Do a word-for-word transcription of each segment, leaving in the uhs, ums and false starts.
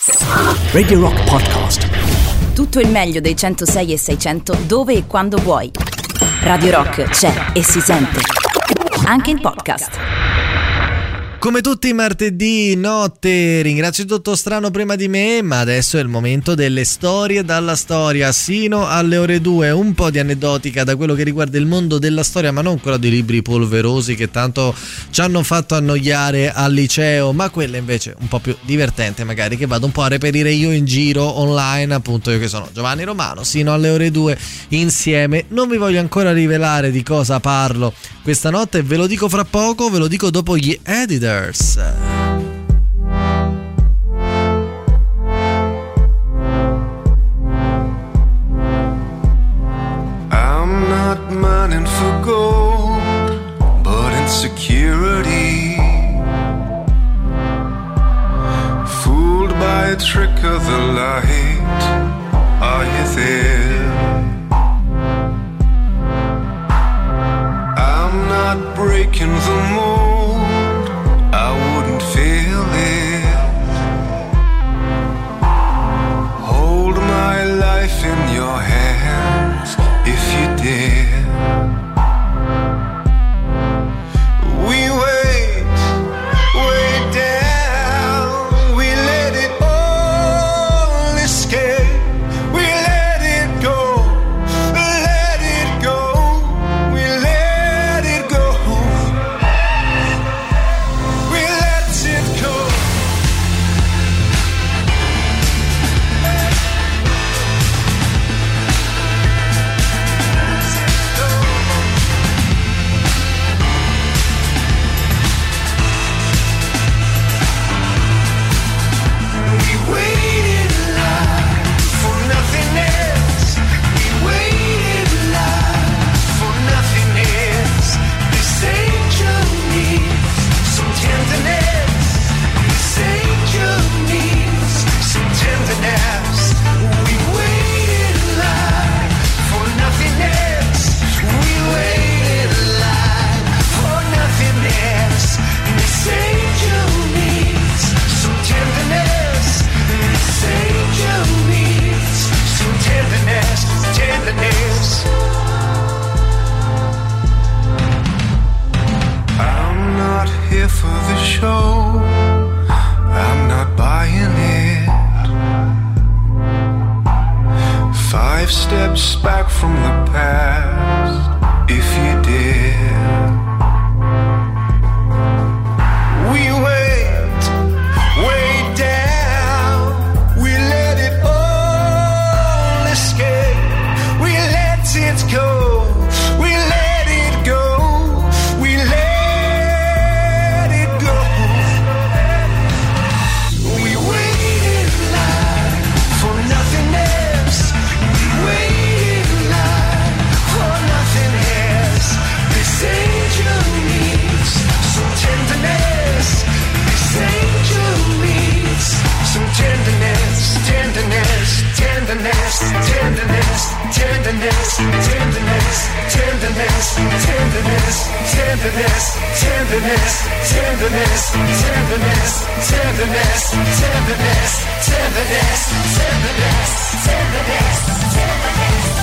Radio Rock Podcast. Tutto il meglio dei centosei e seicento dove e quando vuoi. Radio Rock c'è e si sente anche in podcast. Come tutti i martedì notte, ringrazio il dottor Strano prima di me, ma adesso è il momento delle storie dalla storia, sino alle ore due, un po' di aneddotica da quello che riguarda il mondo della storia, ma non quella dei libri polverosi che tanto ci hanno fatto annoiare al liceo, ma quella invece un po' più divertente magari, che vado un po' a reperire io in giro online, appunto io che sono Giovanni Romano, sino alle ore due insieme. Non vi voglio ancora rivelare di cosa parlo questa notte, ve lo dico fra poco, ve lo dico dopo gli editor. I'm not mining for gold, but insecurity. Fooled by a trick of the light, are you there? I'm not breaking the mold, I wouldn't feel it. Hold my life in your hands if you dare. We wait, way down. We let it all escape. We let it go, let it go. We let it go. For the show, I'm not buying it. Five steps back from the past, if you did. We wait, way down. We let it all escape. We let it go. We let it go. We let Tenderness, tenderness, tenderness, tenderness, tenderness, tenderness, tenderness, tenderness, tenderness, tenderness, tenderness, tenderness, tenderness, tenderness, tenderness, tenderness.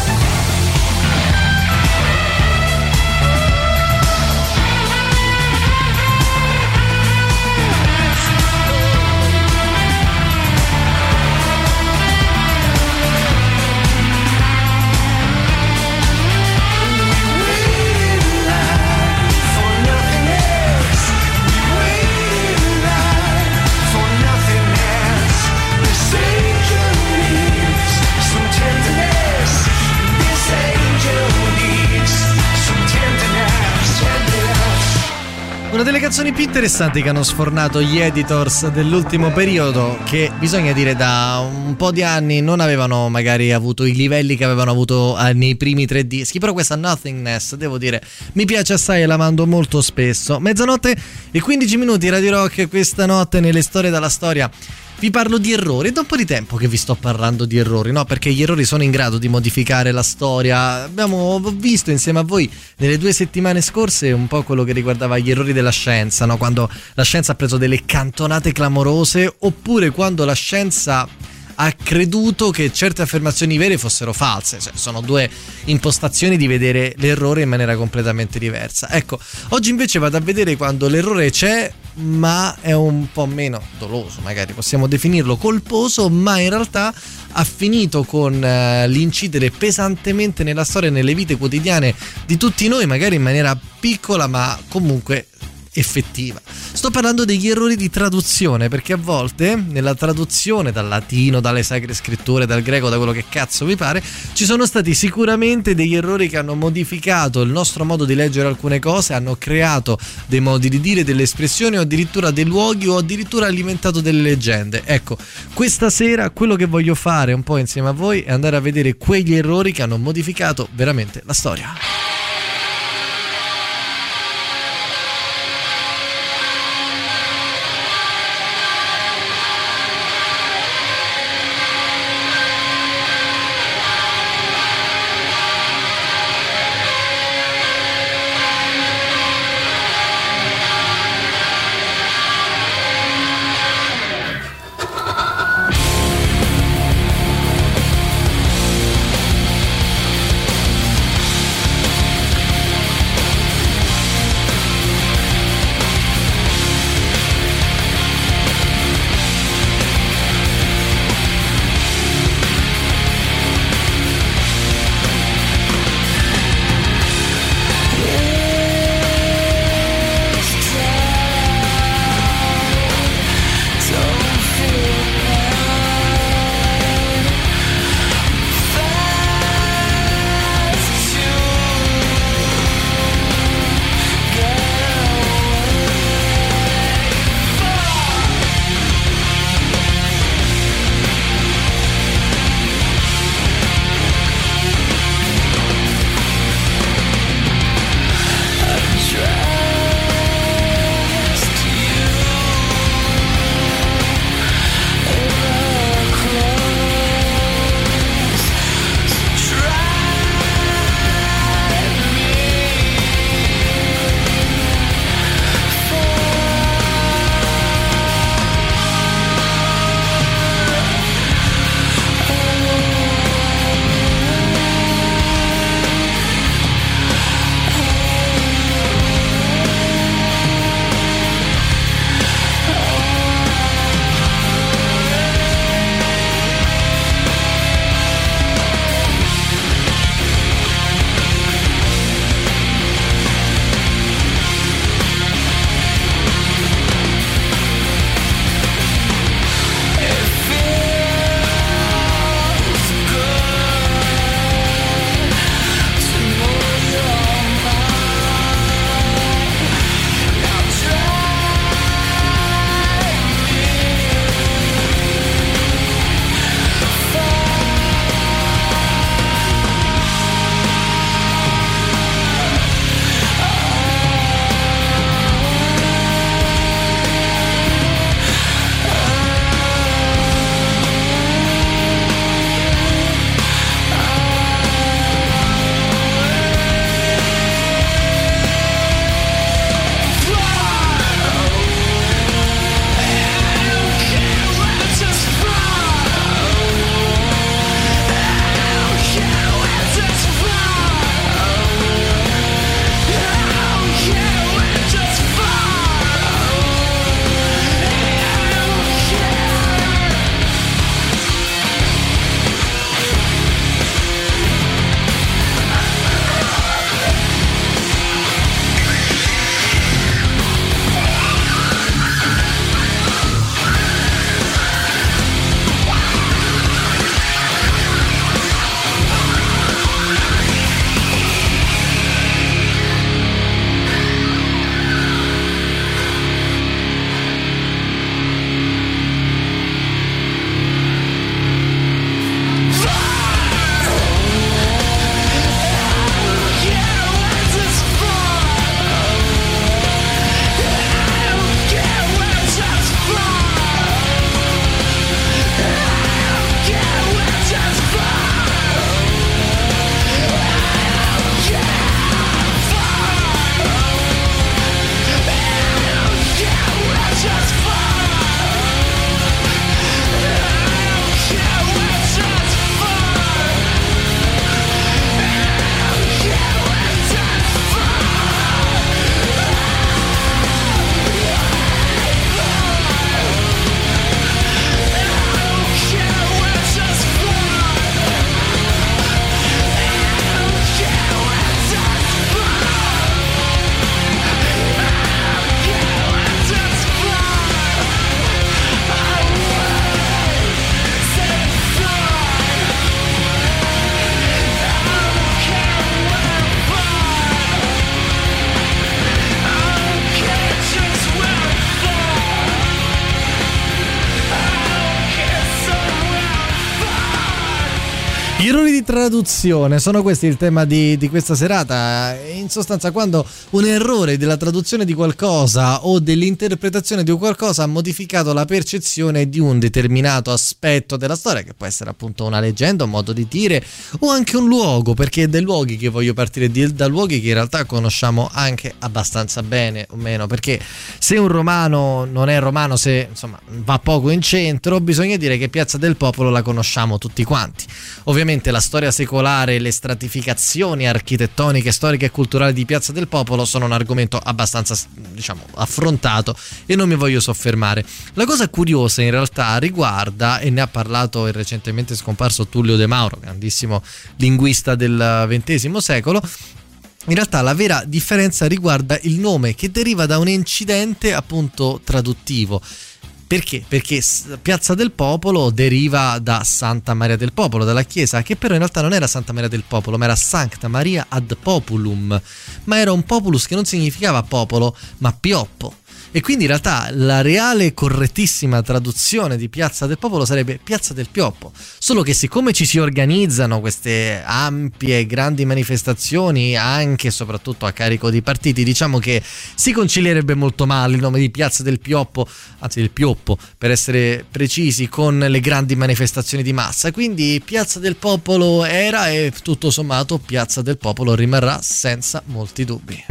Una delle canzoni più interessanti che hanno sfornato gli editors dell'ultimo periodo, che bisogna dire da un po' di anni non avevano magari avuto i livelli che avevano avuto eh, nei primi tre dischi, però questa Nothingness, devo dire, mi piace assai e la mando molto spesso. Mezzanotte e quindici minuti, Radio Rock questa notte nelle storie dalla storia. vi parlo di errori. È da un po' di tempo che vi sto parlando di errori, no? Perché gli errori sono in grado di modificare la storia. Abbiamo visto insieme a voi nelle due settimane scorse un po' quello che riguardava gli errori della scienza, no? Quando la scienza ha preso delle cantonate clamorose, oppure quando la scienza ha creduto che certe affermazioni vere fossero false. Cioè, sono due impostazioni di vedere l'errore in maniera completamente diversa. Ecco, oggi invece vado a vedere quando l'errore c'è, ma è un po' meno doloso, magari possiamo definirlo colposo, ma in realtà ha finito con eh, l'incidere pesantemente nella storia e nelle vite quotidiane di tutti noi, magari in maniera piccola ma comunque effettiva. Sto parlando degli errori di traduzione, perché a volte nella traduzione dal latino, dalle sacre scritture, dal greco, da quello che cazzo vi pare, ci sono stati sicuramente degli errori che hanno modificato il nostro modo di leggere alcune cose, hanno creato dei modi di dire, delle espressioni, o addirittura dei luoghi, o addirittura alimentato delle leggende. Ecco, questa sera quello che voglio fare un po' insieme a voi è andare a vedere quegli errori che hanno modificato veramente la storia. Gli errori di traduzione sono questi il tema di, di questa serata. In sostanza, quando un errore della traduzione di qualcosa o dell'interpretazione di qualcosa ha modificato la percezione di un determinato aspetto della storia, che può essere appunto una leggenda, un modo di dire o anche un luogo, perché è dai luoghi che voglio partire, di, da luoghi che in realtà conosciamo anche abbastanza bene o meno, perché se un romano non è romano, se insomma va poco in centro, bisogna dire che Piazza del Popolo la conosciamo tutti quanti. Ovviamente la storia secolare, le stratificazioni architettoniche, storiche e culturali di Piazza del Popolo sono un argomento abbastanza, diciamo, affrontato e non mi voglio soffermare. La cosa curiosa in realtà riguarda, e ne ha parlato il recentemente scomparso Tullio De Mauro, grandissimo linguista del ventesimo secolo, in realtà la vera differenza riguarda il nome, che deriva da un incidente appunto traduttivo. Perché? Perché Piazza del Popolo deriva da Santa Maria del Popolo, dalla chiesa, che però in realtà non era Santa Maria del Popolo, ma era Sancta Maria ad Populum, ma era un populus che non significava popolo, ma pioppo. E quindi in realtà la reale e correttissima traduzione di Piazza del Popolo sarebbe Piazza del Pioppo, solo che siccome ci si organizzano queste ampie e grandi manifestazioni anche e soprattutto a carico di partiti, diciamo che si concilierebbe molto male il nome di Piazza del Pioppo, anzi del Pioppo per essere precisi, con le grandi manifestazioni di massa. Quindi Piazza del Popolo era, e tutto sommato Piazza del Popolo rimarrà senza molti dubbi.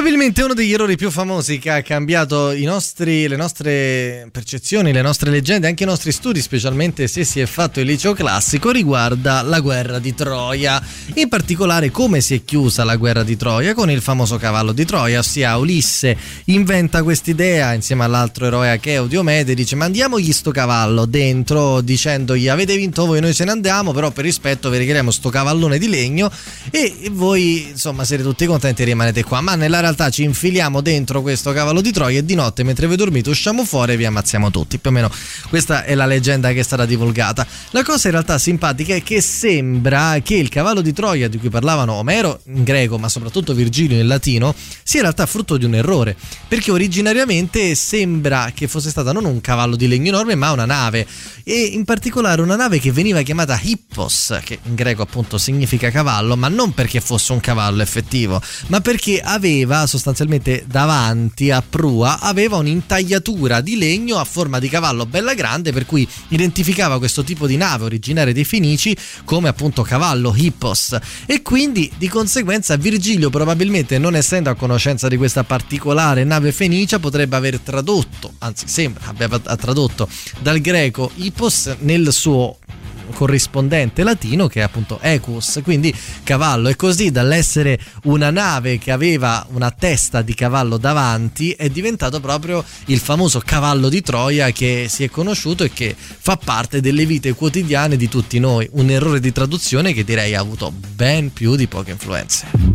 Probabilmente uno degli errori più famosi che ha cambiato i nostri, le nostre percezioni, le nostre leggende, anche i nostri studi, specialmente se si è fatto il liceo classico, riguarda la guerra di Troia. In particolare come si è chiusa la guerra di Troia, con il famoso cavallo di Troia, ossia Ulisse inventa quest'idea insieme all'altro eroe Acheo, Diomede, dice mandiamogli sto cavallo dentro, dicendogli avete vinto voi, noi ce ne andiamo, però per rispetto vi regaliamo sto cavallone di legno e voi insomma siete tutti contenti e rimanete qua, ma nella realtà ci infiliamo dentro questo cavallo di Troia e di notte mentre voi dormite usciamo fuori e vi ammazziamo tutti. Più o meno questa è la leggenda che è stata divulgata. La cosa in realtà simpatica è che sembra che il cavallo di Troia di cui parlavano Omero in greco ma soprattutto Virgilio in latino sia in realtà frutto di un errore, perché originariamente sembra che fosse stata non un cavallo di legno enorme ma una nave, e in particolare una nave che veniva chiamata Hippos, che in greco appunto significa cavallo, ma non perché fosse un cavallo effettivo, ma perché aveva sostanzialmente davanti a prua aveva un'intagliatura di legno a forma di cavallo bella grande, per cui identificava questo tipo di nave originaria dei Fenici come appunto cavallo Hippos, e quindi di conseguenza Virgilio, probabilmente non essendo a conoscenza di questa particolare nave fenicia, potrebbe aver tradotto, anzi sembra abbia tradotto dal greco Hippos nel suo corrispondente latino che è appunto Equus, quindi cavallo, e così dall'essere una nave che aveva una testa di cavallo davanti è diventato proprio il famoso cavallo di Troia che si è conosciuto e che fa parte delle vite quotidiane di tutti noi. Un errore di traduzione che direi ha avuto ben più di poche influenze.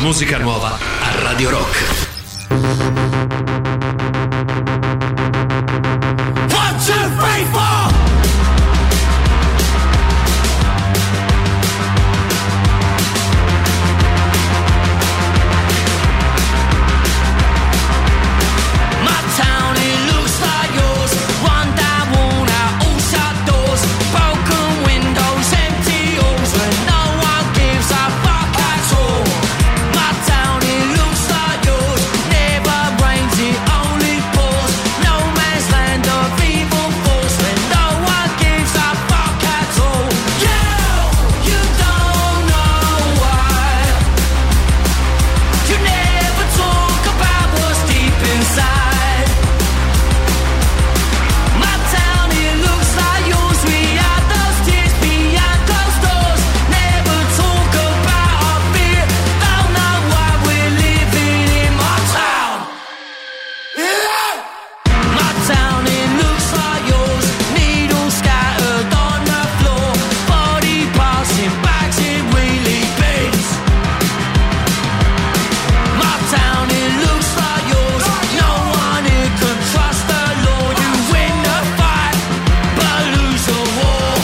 musica nuova a Radio Rock. One, two, three, four. My town, it looks like yours. One down, worn out, all shut doors, broken windows, empty halls, where no one gives a fuck at all. My town, it looks like yours. Never rains, it only pours. No man's land of evil force, where no one gives a fuck at all. You, you don't know why. You never talk about what's deep inside. My town, it looks like yours. We hide those tears behind closed doors. Never talk about our fear. Don't know why we're living in my town. My town, it looks like yours. Needles scattered on the floor. Body parts in bags in wheelie bins. My town, it looks like yours. No one here can trust the law. You win the fight, but lose the war.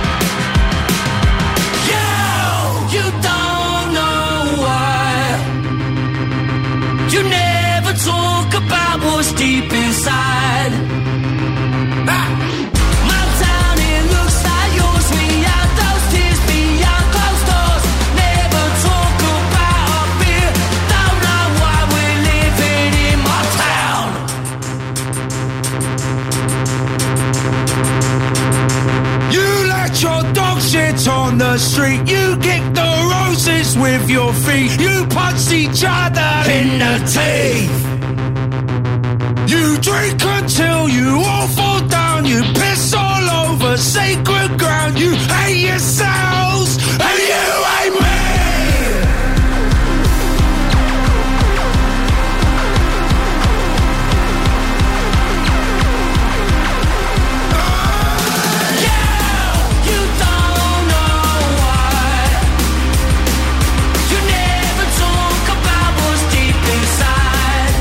You, you don't know why. You never talk about what's deep inside. My town, it looks like yours. We hide those tears behind closed doors. Never talk about our fear. Don't know why we're living in my town. You let your dog shit on the street. You kick the roses with your feet. You punch each other in the teeth. You drink until you all fall down. You piss all over sacred ground. You hate yourselves and you hate me. You, you don't know why. You never talk about what's deep inside.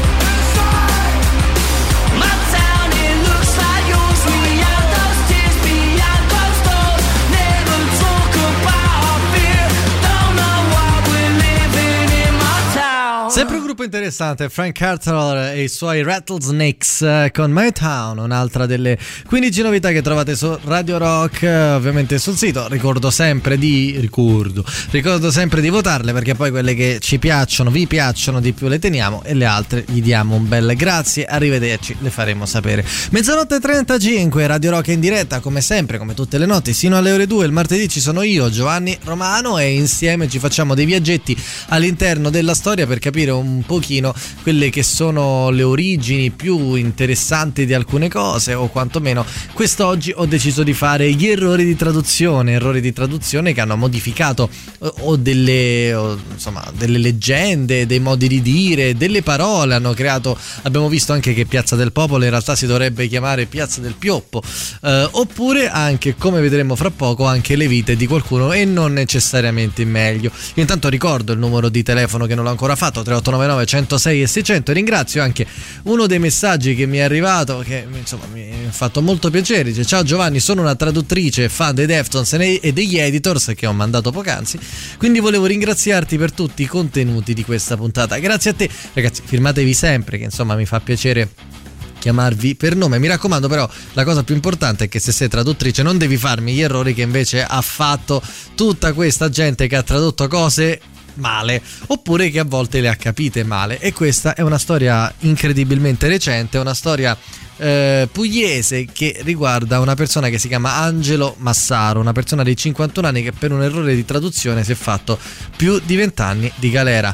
My town, it looks like yours. We have those tears behind closed doors. Never talk about our fear. Don't know why we're living in my town. Sempre un gruppo interessante, Frank Carter e i suoi Rattlesnakes eh, con My Town, un'altra delle quindici novità che trovate su Radio Rock, eh, ovviamente sul sito. Ricordo sempre di ricordo, ricordo sempre di votarle, perché poi quelle che ci piacciono, vi piacciono di più, le teniamo, e le altre gli diamo un bel grazie, arrivederci, le faremo sapere. Mezzanotte e trentacinque, Radio Rock è in diretta come sempre, come tutte le notti, sino alle ore due. Il martedì ci sono io, Giovanni Romano, e insieme ci facciamo dei viaggetti all'interno della storia per capire un pochino quelle che sono le origini più interessanti di alcune cose, o quantomeno quest'oggi ho deciso di fare gli errori di traduzione, errori di traduzione che hanno modificato o, o delle o, insomma delle leggende, dei modi di dire, delle parole, hanno creato, abbiamo visto anche che Piazza del Popolo in realtà si dovrebbe chiamare Piazza del Pioppo, eh, oppure anche, come vedremo fra poco, anche le vite di qualcuno, e non necessariamente in meglio. Io intanto ricordo il numero di telefono che non l'ho ancora fatto, tre otto nove nove uno zero sei e seicento. Ringrazio anche uno dei messaggi che mi è arrivato, che insomma mi ha fatto molto piacere. Dice: ciao Giovanni, sono una traduttrice fan dei Deftones e degli Editors che ho mandato poc'anzi, quindi volevo ringraziarti per tutti i contenuti di questa puntata. Grazie a te ragazzi, firmatevi sempre, che insomma mi fa piacere chiamarvi per nome. Mi raccomando, però, la cosa più importante è che se sei traduttrice non devi farmi gli errori che invece ha fatto tutta questa gente che ha tradotto cose male, oppure che a volte le ha capite male. E questa è una storia incredibilmente recente, una storia eh, pugliese che riguarda una persona che si chiama Angelo Massaro, una persona di cinquantuno anni che per un errore di traduzione si è fatto più di venti anni di galera.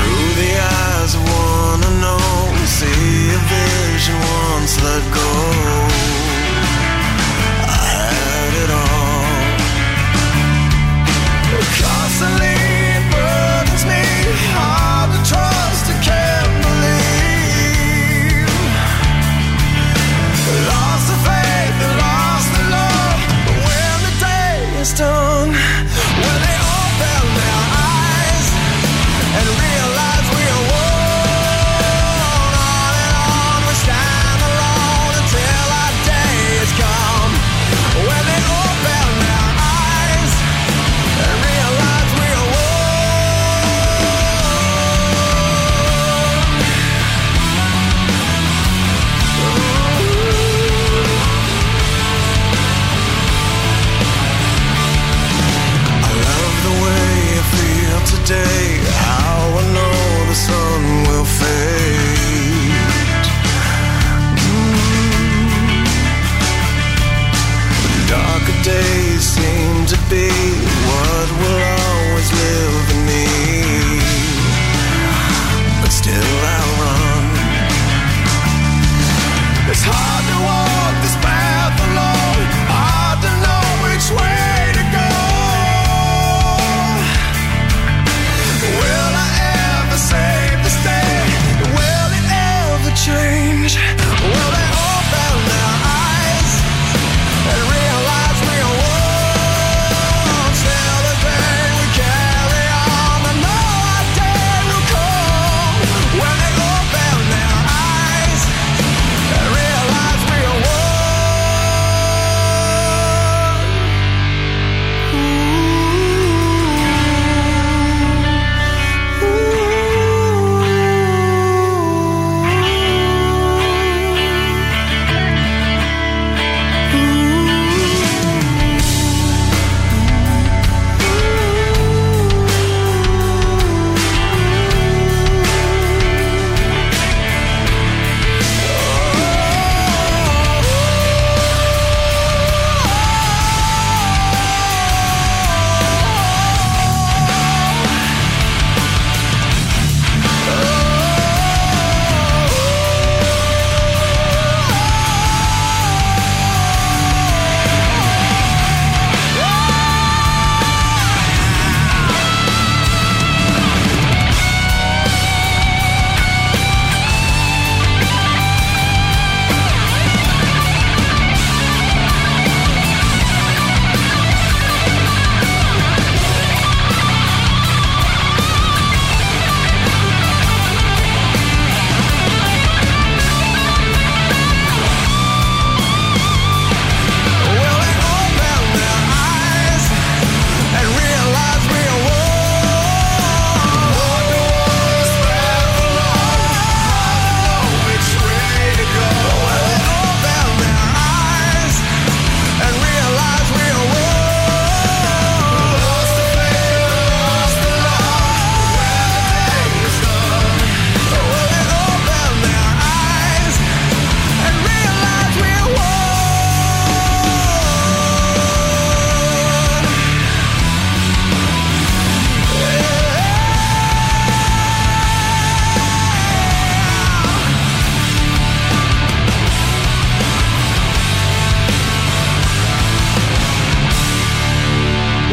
Let go.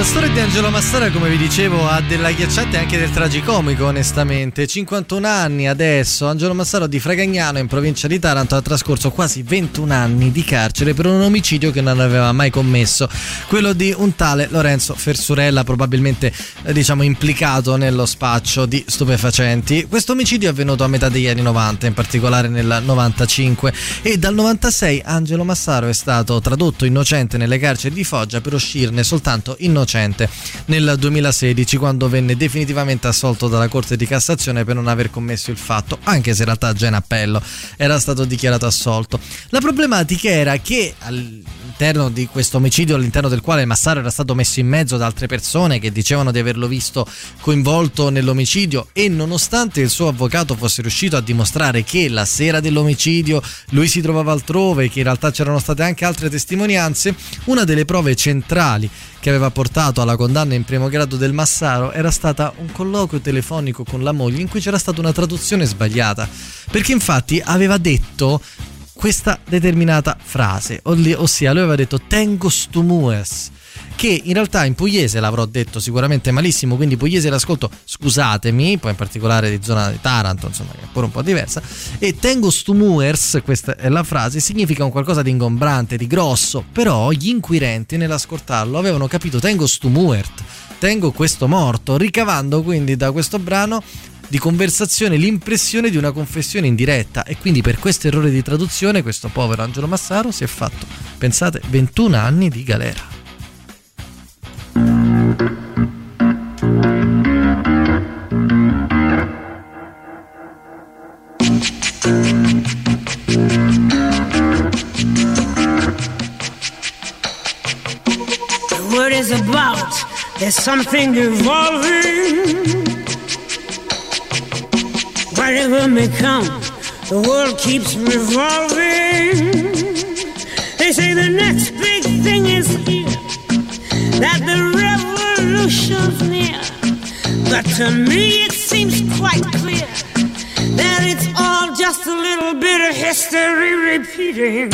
storia di Angelo Massara, come vi dicevo, ha della ghiacciante e anche del tragicomico, onestamente. cinquantuno anni adesso. Angelo Massaro di Fragagnano, in provincia di Taranto, ha trascorso quasi ventuno anni di carcere per un omicidio che non aveva mai commesso, quello di un tale Lorenzo Fersurella, probabilmente eh, diciamo implicato nello spaccio di stupefacenti. Questo omicidio è avvenuto a metà degli anni novanta, in particolare nel novantacinque, e dal novantasei Angelo Massaro è stato tradotto innocente nelle carceri di Foggia per uscirne soltanto innocente nel duemilasedici, quando venne definitivamente assolto dalla Corte di Cassazione per non aver commesso il fatto, anche se in realtà già in appello era stato dichiarato assolto. La problematica era che all'interno di questo omicidio, all'interno del quale Massaro era stato messo in mezzo da altre persone che dicevano di averlo visto coinvolto nell'omicidio, e nonostante il suo avvocato fosse riuscito a dimostrare che la sera dell'omicidio lui si trovava altrove, che in realtà c'erano state anche altre testimonianze, una delle prove centrali che aveva portato alla condanna in primo grado del Massaro era stata un colloquio telefonico con la moglie in cui c'era stata una traduzione sbagliata, perché infatti aveva detto questa determinata frase, ossia lui aveva detto tengo stu mues, che in realtà in pugliese l'avrò detto sicuramente malissimo, quindi pugliese l'ascolto, scusatemi, poi in particolare di zona di Taranto, insomma, che è pure un po' diversa, e tengo stu muers, questa è la frase, significa un qualcosa di ingombrante, di grosso, però gli inquirenti nell'ascoltarlo avevano capito tengo stu muert, tengo questo morto, ricavando quindi da questo brano di conversazione l'impressione di una confessione indiretta, e quindi per questo errore di traduzione questo povero Angelo Massaro si è fatto, pensate, ventuno anni di galera. The word is about, there's something evolving. Whatever may come, the world keeps revolving. They say the next big thing is here, that the revolution's near. But to me it seems quite clear that it's all just a little bit of history repeating.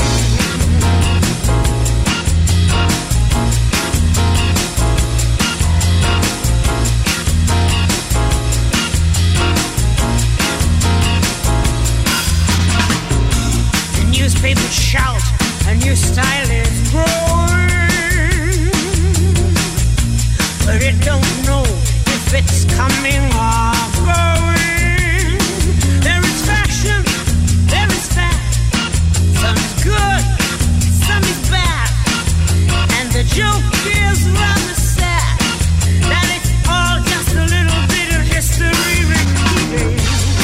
The newspapers shout, a new style is growing, but it don't know if it's coming or going. There is fashion, there is fat, some is good, some is bad, and the joke is rather sad that it's all just a little bit of history repeating.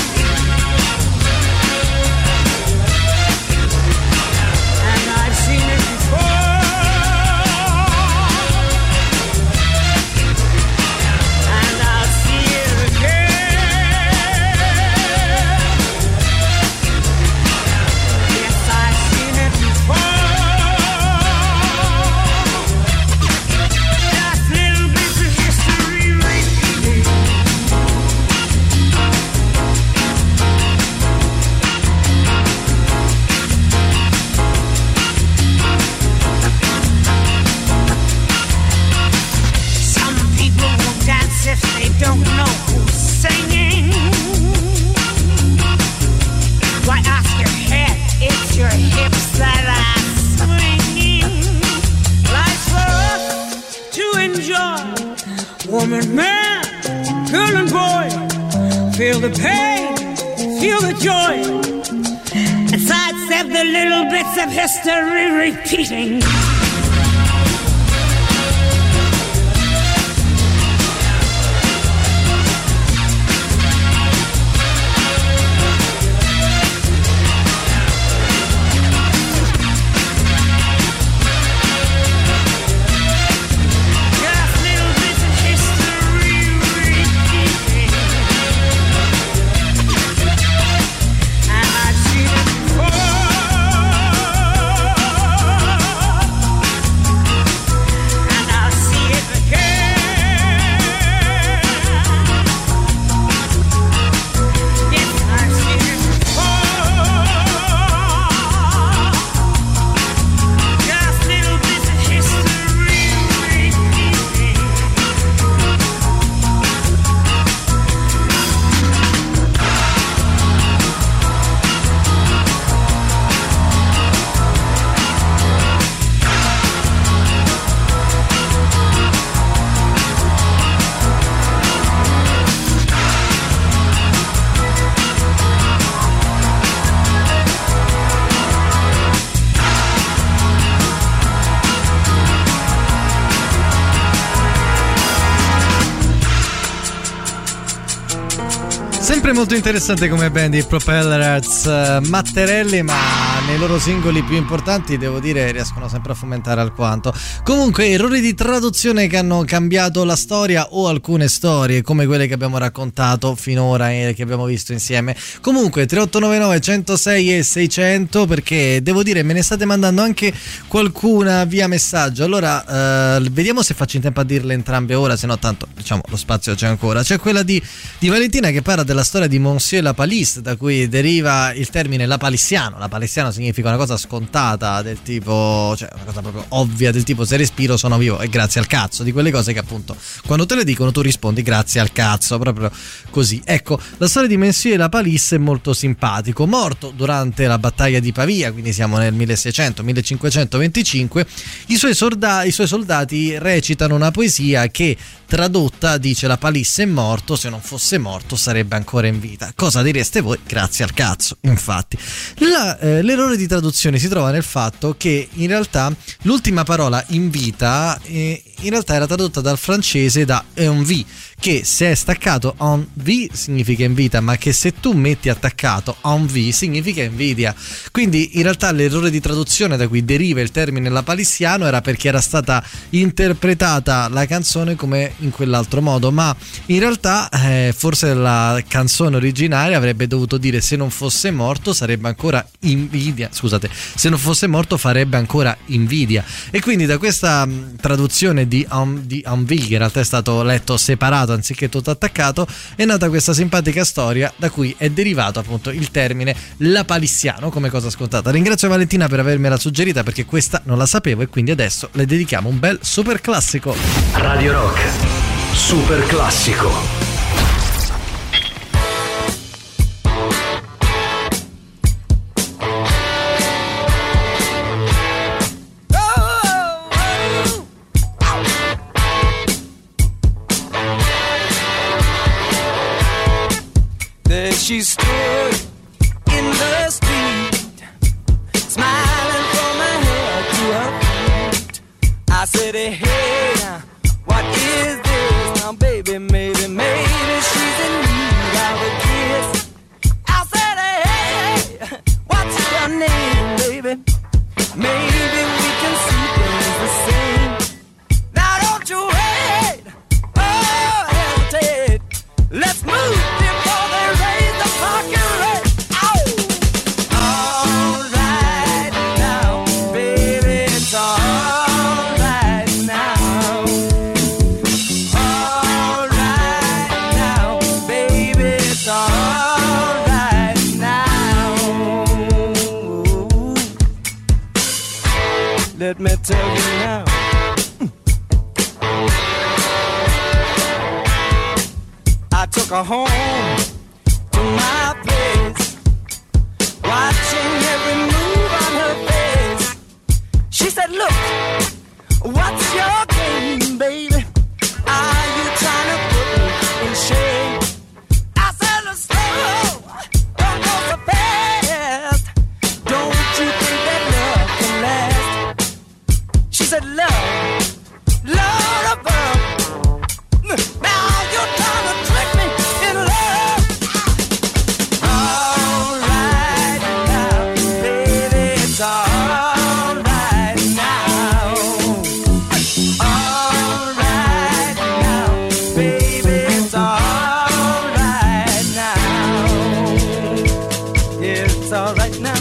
And I've seen it before. If they don't know who's singing, why ask your head, it's your hips that are swinging. Life's for us to enjoy, woman, man, girl and boy. Feel the pain, feel the joy, and sidestep the little bits of history repeating. Sempre molto interessante come band i Propeller Hearts, uh, Matterelli, ma nei loro singoli più importanti devo dire riescono sempre a fomentare alquanto. Comunque errori di traduzione che hanno cambiato la storia o alcune storie come quelle che abbiamo raccontato finora e che abbiamo visto insieme. Comunque tre otto nove nove uno zero sei e seicento, perché devo dire me ne state mandando anche qualcuna via messaggio. Allora uh, vediamo se faccio in tempo a dirle entrambe ora, se no tanto diciamo lo spazio c'è ancora. C'è quella di, di Valentina che parla della storia di Monsieur la Palisse, da cui deriva il termine lapalissiano. Lapalissiano significa una cosa scontata del tipo, cioè una cosa proprio ovvia del tipo se respiro sono vivo e grazie al cazzo, di quelle cose che appunto quando te le dicono tu rispondi grazie al cazzo, proprio così. Ecco, la storia di Monsieur la Palisse è molto simpatico. Morto durante la battaglia di Pavia, quindi siamo nel milleseicento millecinquecentoventicinque, i suoi, solda- i suoi soldati recitano una poesia che tradotta dice: la Palisse è morto, se non fosse morto sarebbe ancora in vita. Cosa direste voi? Grazie al cazzo. Infatti la, eh, l'errore di traduzione si trova nel fatto che in realtà l'ultima parola in vita eh, in realtà era tradotta dal francese da en vie, che se è staccato en vie significa in vita, ma che se tu metti attaccato en vie significa invidia. Quindi in realtà l'errore di traduzione da cui deriva il termine lapalissiano era perché era stata interpretata la canzone come in quell'altro modo, ma in realtà eh, forse la canzone originaria avrebbe dovuto dire se non fosse morto sarebbe ancora invidia, scusate, se non fosse morto farebbe ancora invidia. E quindi da questa mh, traduzione di en, di en vie, che in realtà è stato letto separato anziché tutto attaccato, è nata questa simpatica storia da cui è derivato appunto il termine lapalissiano come cosa scontata. Ringrazio Valentina per avermela suggerita, perché questa non la sapevo e quindi adesso le dedichiamo un bel super classico. Radio Rock super classico. She stood in the street, smiling from her head to her feet. I said, hey, what is this? Now, baby, maybe, maybe she's in need of a kiss. I said, hey, what's your name, baby? Maybe we can see things the same. Now, don't you wait, oh, hesitate. Let's move before they raise the fucking rate. Ow! All right now, baby, it's all right now. All right now, baby, it's all right now. Let me tell you now. I took her home to my place, watching every move on her face. She said, look, what's your game, baby? Are you trying to put me in shame? I said, look, slow, don't go so fast. Don't you think that love can last? She said, love, love above. Now you're trying to trick me in love. All right now, baby, it's all right now. All right now, baby, it's all right now. Yeah, it's all right now.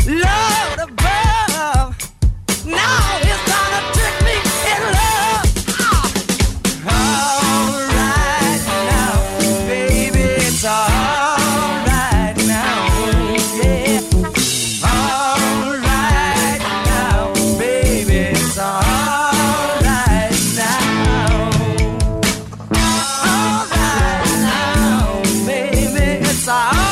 Lord above. Now it's gonna trick me in love. All right now, baby, it's all right now, yeah. All right now, baby, it's all right now. All right now, baby, it's all right.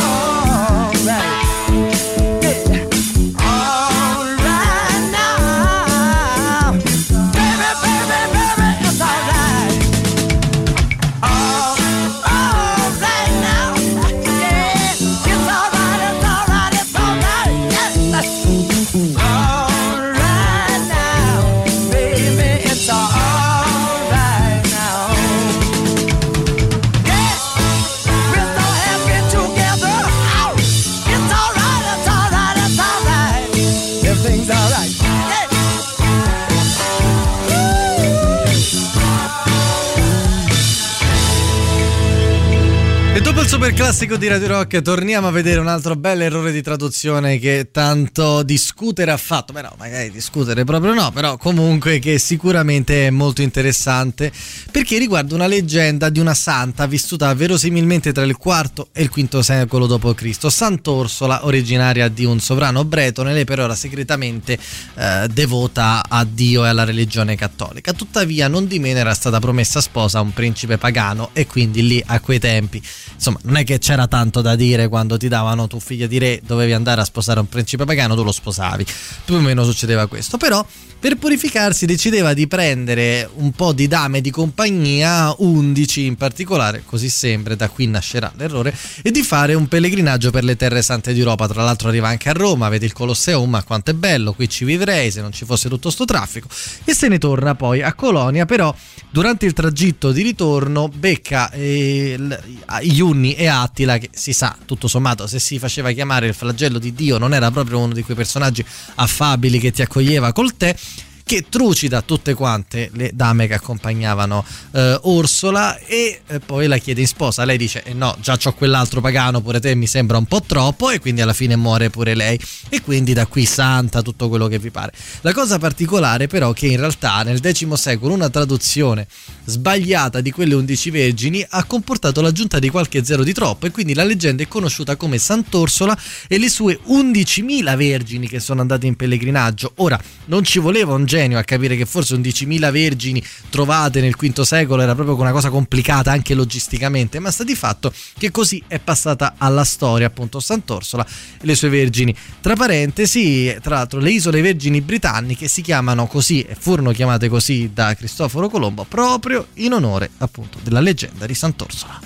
Super classico di Radio Rock, torniamo a vedere un altro bel errore di traduzione che tanto discutere ha fatto. Beh no, magari discutere proprio no, però comunque che sicuramente è molto interessante perché riguarda una leggenda di una santa vissuta verosimilmente tra il quarto e il quinto secolo dopo Cristo, Sant'Orsola, originaria di un sovrano bretone. Lei però era segretamente eh, devota a Dio e alla religione cattolica. Tuttavia non di meno era stata promessa sposa a un principe pagano e quindi lì a quei tempi, insomma, non è che c'era tanto da dire quando ti davano tu figlia di re, dovevi andare a sposare un principe pagano, tu lo sposavi, più o meno succedeva questo. Però per purificarsi decideva di prendere un po' di dame di compagnia, undici in particolare, così sempre, da qui nascerà l'errore, e di fare un pellegrinaggio per le terre sante d'Europa. Tra l'altro arriva anche a Roma, vedi il Colosseum, ma quanto è bello, qui ci vivrei se non ci fosse tutto sto traffico, e se ne torna poi a Colonia. Però durante il tragitto di ritorno becca eh, Iunni e Attila, che si sa, tutto sommato, se si faceva chiamare il flagello di Dio non era proprio uno di quei personaggi affabili che ti accoglieva col tè, che trucida tutte quante le dame che accompagnavano eh, Orsola e eh, poi la chiede in sposa. Lei dice eh no, già c'ho quell'altro pagano, pure te mi sembra un po' troppo, e quindi alla fine muore pure lei, e quindi da qui santa, tutto quello che vi pare. La cosa particolare però è che in realtà nel X secolo una traduzione sbagliata di quelle undici vergini ha comportato l'aggiunta di qualche zero di troppo, e quindi la leggenda è conosciuta come Sant'Orsola e le sue undicimila vergini che sono andate in pellegrinaggio. Ora, non ci voleva un genio a capire che forse undicimila vergini trovate nel quinto secolo era proprio una cosa complicata anche logisticamente, ma sta di fatto che così è passata alla storia appunto Sant'Orsola e le sue vergini. Tra parentesi, tra l'altro, le isole vergini britanniche si chiamano così e furono chiamate così da Cristoforo Colombo proprio in onore appunto della leggenda di Sant'Orsola.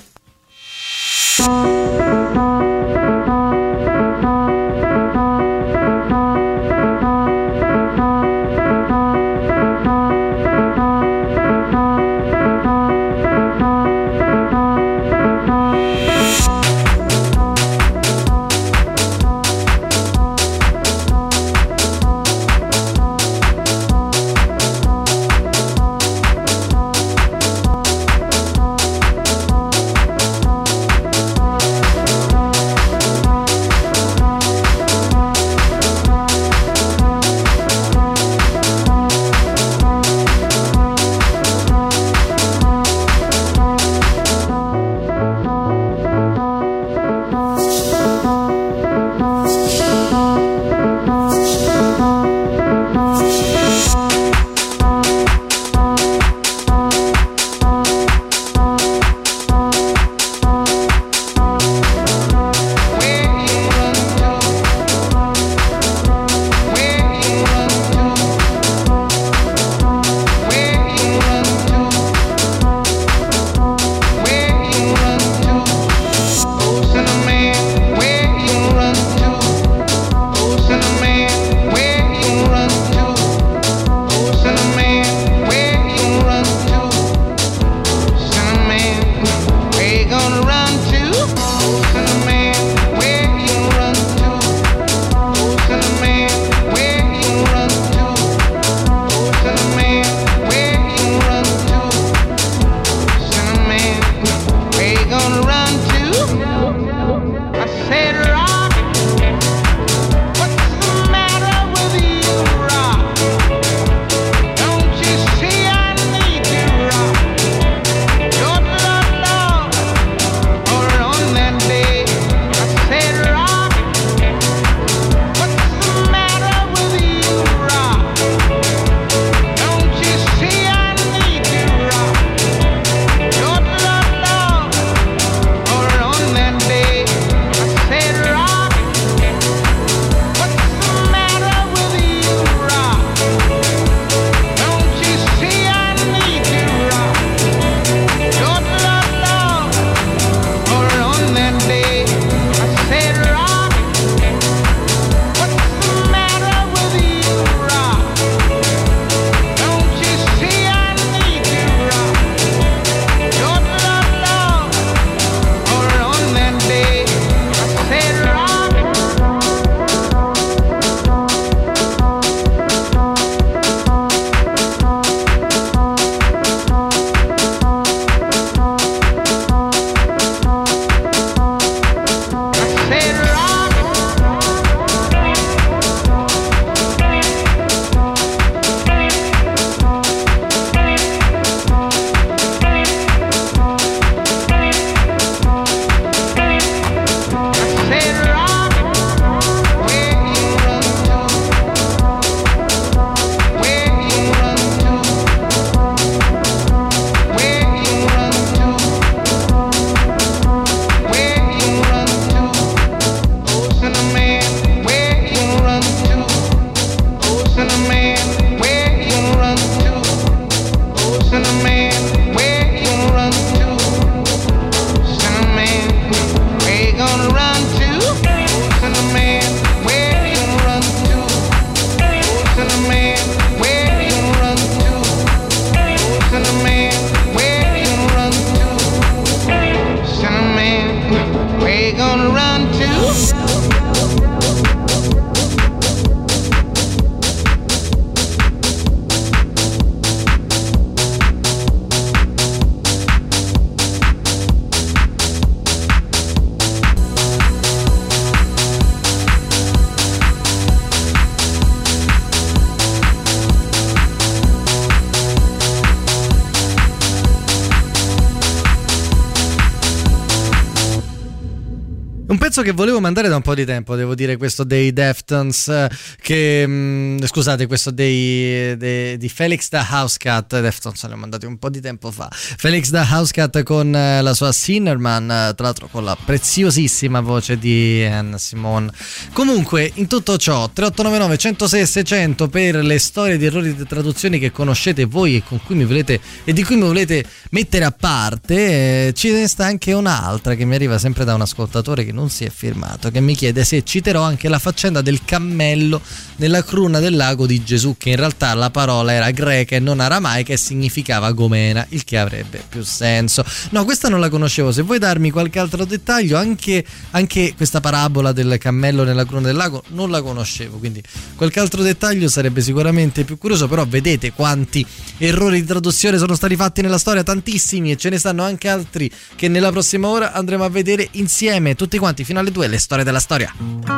pezzo che volevo mandare da un po' di tempo, devo dire, questo dei Deftones, che mh, scusate, questo dei, dei di Felix the Housecat. Deftones li ho mandati un po' di tempo fa. Felix the Housecat con eh, la sua Sinnerman, tra l'altro con la preziosissima voce di Anne Simone. Comunque, in tutto ciò, tre otto nove nove uno zero sei seicento per le storie di errori di traduzioni che conoscete voi e con cui mi volete e di cui mi volete mettere a parte. Eh, ci sta anche un'altra che mi arriva sempre da un ascoltatore che non si è firmato, che mi chiede se citerò anche la faccenda del cammello nella cruna del lago di Gesù, che in realtà la parola era greca e non aramaica e significava gomena, il che avrebbe più senso. No, questa non la conoscevo. Se vuoi darmi qualche altro dettaglio, anche, anche questa parabola del cammello nella cruna del lago non la conoscevo, quindi qualche altro dettaglio sarebbe sicuramente più curioso. Però vedete quanti errori di traduzione sono stati fatti nella storia, tantissimi, e ce ne stanno anche altri che nella prossima ora andremo a vedere insieme tutti quanti fino alle due, le storie della storia.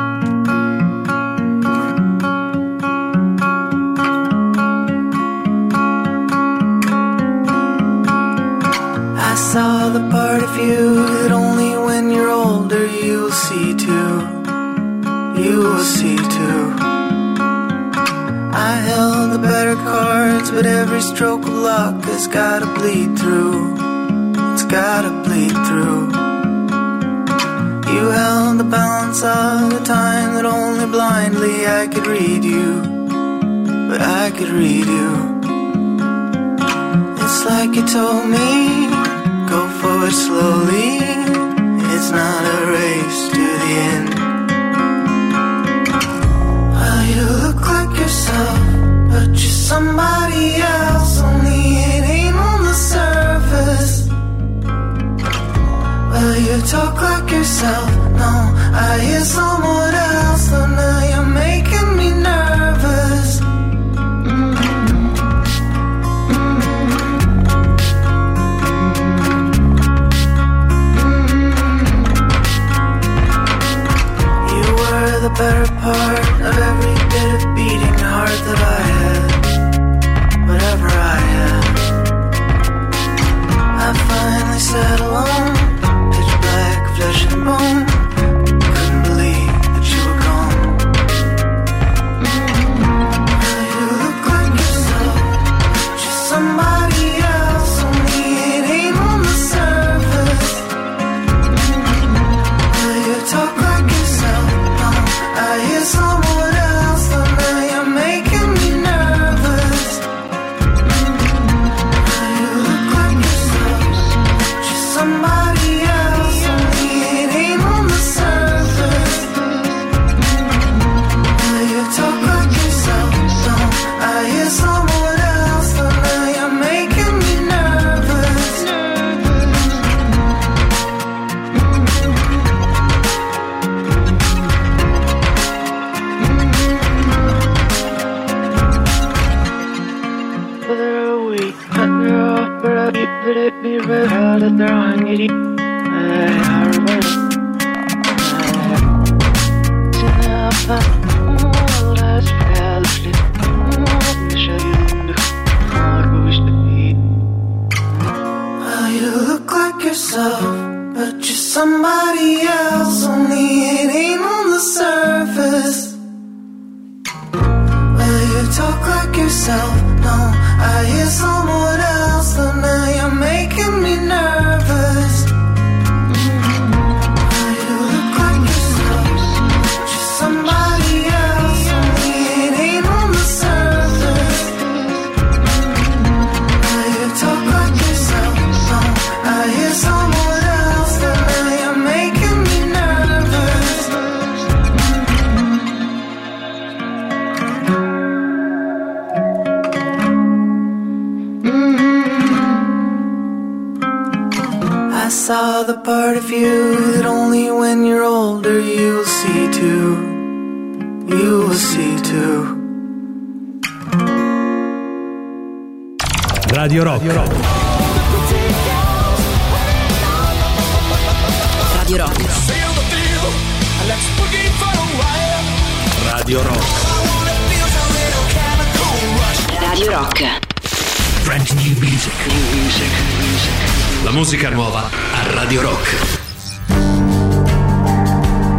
I saw the part of you that only when you're older you'll see too. You will see too. I held the better cards, but every stroke of luck has gotta bleed through. It's gotta bleed through. You held the balance of the time that only blindly I could read you, but I could read you. It's like you told me, go forward slowly, it's not a race to the end. Well, you look like yourself, but you're somebody else, only it ain't on the surface. Well, you talk like yourself, no, I hear someone else, though now you're making me nervous. The better part of every bit of beating heart that I had, whatever I had. I finally sat alone, pitch black, flesh and bone. Couldn't believe that you were gone. Now you look like yourself, just somebody else, only it ain't on the surface. Now you talk like yourself, I hear someone else, though now you're making me nervous. Now you look like yourself, just somebody else, only it ain't on the surface. Now you talk like yourself, no, I hear someone else, though now you're making me nervous. But it be red hot at their hungry. Well, you look like yourself, but you're somebody else, only it ain't on the surface. Well, you talk like yourself, no, I hear someone else, though now you're making me nervous. Well, you look like yourself, just somebody else, only it ain't on the surface. Well, you talk like yourself, no, I hear someone else, though now you're making me nervous. I saw the part of you that only when you're older you'll see too. You will see too. Radio Rock. Radio Rock. Radio Rock. Radio Rock. Brand new music. New music. La musica nuova a Radio Rock.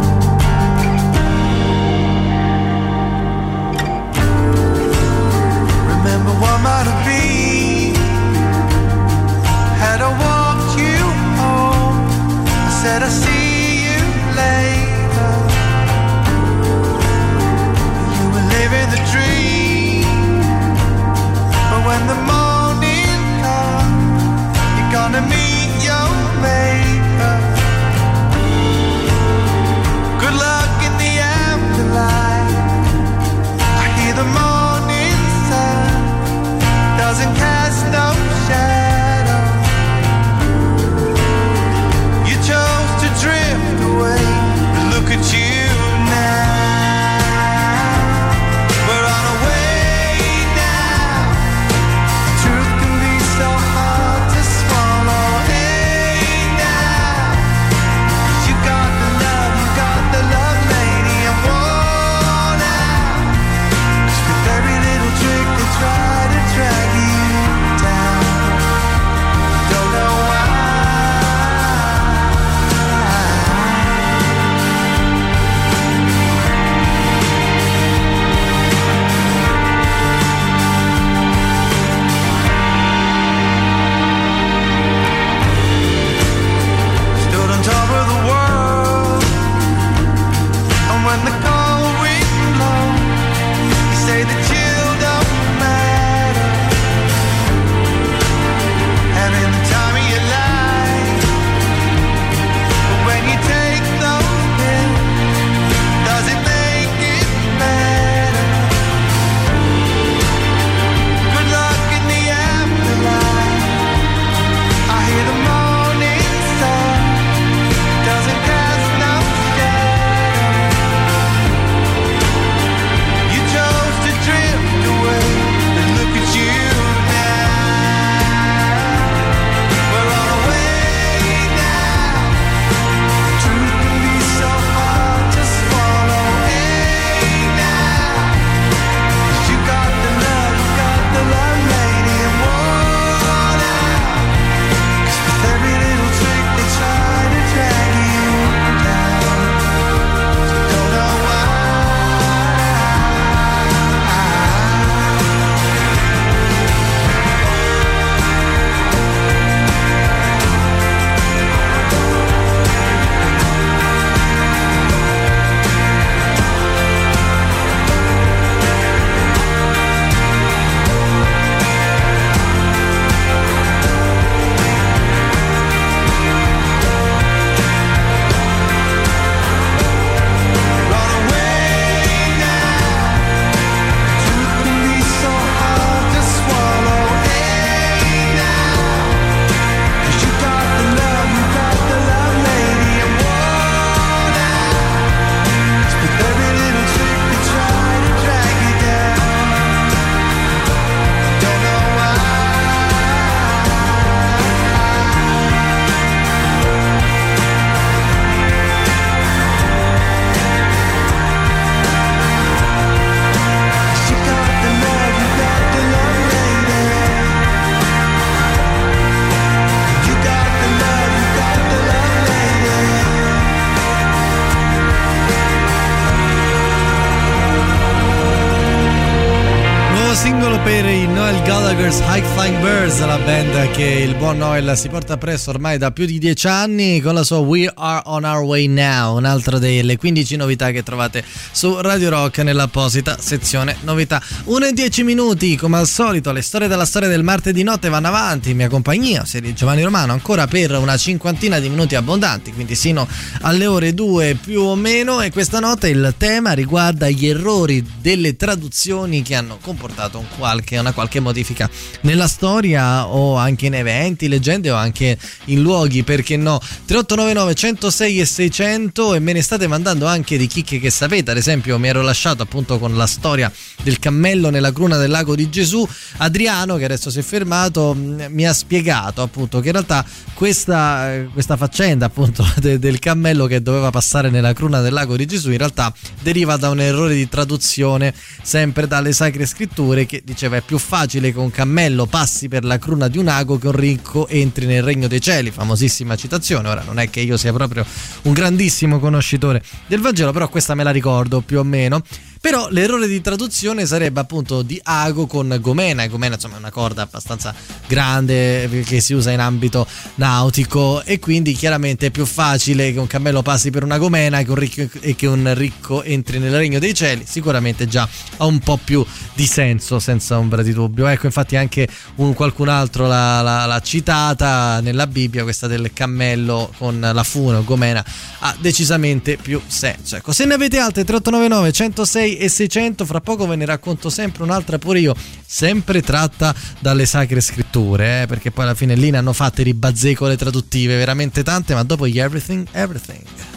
Nuovo singolo per i Noel Gallagher's High Flying Birds, la band che il buon Noel si porta appresso ormai da più di dieci anni con la sua We Are On Our Way Now, un'altra delle quindici novità che trovate su Radio Rock nell'apposita sezione novità. uno e dieci minuti, come al solito le storie della storia del martedì notte vanno avanti in mia compagnia, serie Giovanni Romano, ancora per una cinquantina di minuti abbondanti, quindi sino alle ore due più o meno, e questa notte il tema riguarda gli errori delle traduzioni che hanno comportato un qualche, una qualche modifica nella storia o anche in eventi, leggende o anche in luoghi, perché no. tre otto nove nove uno zero sei e seicento, e me ne state mandando anche di chicche che sapete. Ad esempio mi ero lasciato appunto con la storia del cammello nella cruna del lago di Gesù. Adriano, che adesso si è fermato, mi ha spiegato appunto che in realtà questa, questa faccenda appunto de, del cammello che doveva passare nella cruna del lago di Gesù in realtà deriva da un errore di traduzione sempre dalle sacre scritture, che diceva: è più facile che un cammello passi per la cruna di un ago che un ricco entri nel regno dei cieli. Famosissima citazione. Ora non è che io sia proprio un grandissimo conoscitore del Vangelo, però questa me la ricordo più o meno. Però l'errore di traduzione sarebbe appunto di ago con gomena, e gomena insomma è una corda abbastanza grande che si usa in ambito nautico, e quindi chiaramente è più facile che un cammello passi per una gomena che un ricco, e che un ricco entri nel regno dei cieli. Sicuramente già ha un po' più di senso, senza ombra di dubbio. Ecco, infatti anche un, qualcun altro l'ha, l'ha, l'ha citata nella Bibbia, questa del cammello con la fune o gomena ha decisamente più senso. Ecco, se ne avete altre tre otto nove nove uno zero sei e seicento, fra poco ve ne racconto sempre un'altra pure io, sempre tratta dalle sacre scritture, eh, perché poi alla fine lì ne hanno fatte di bazzecole traduttive veramente tante, ma dopo gli Everything Everything.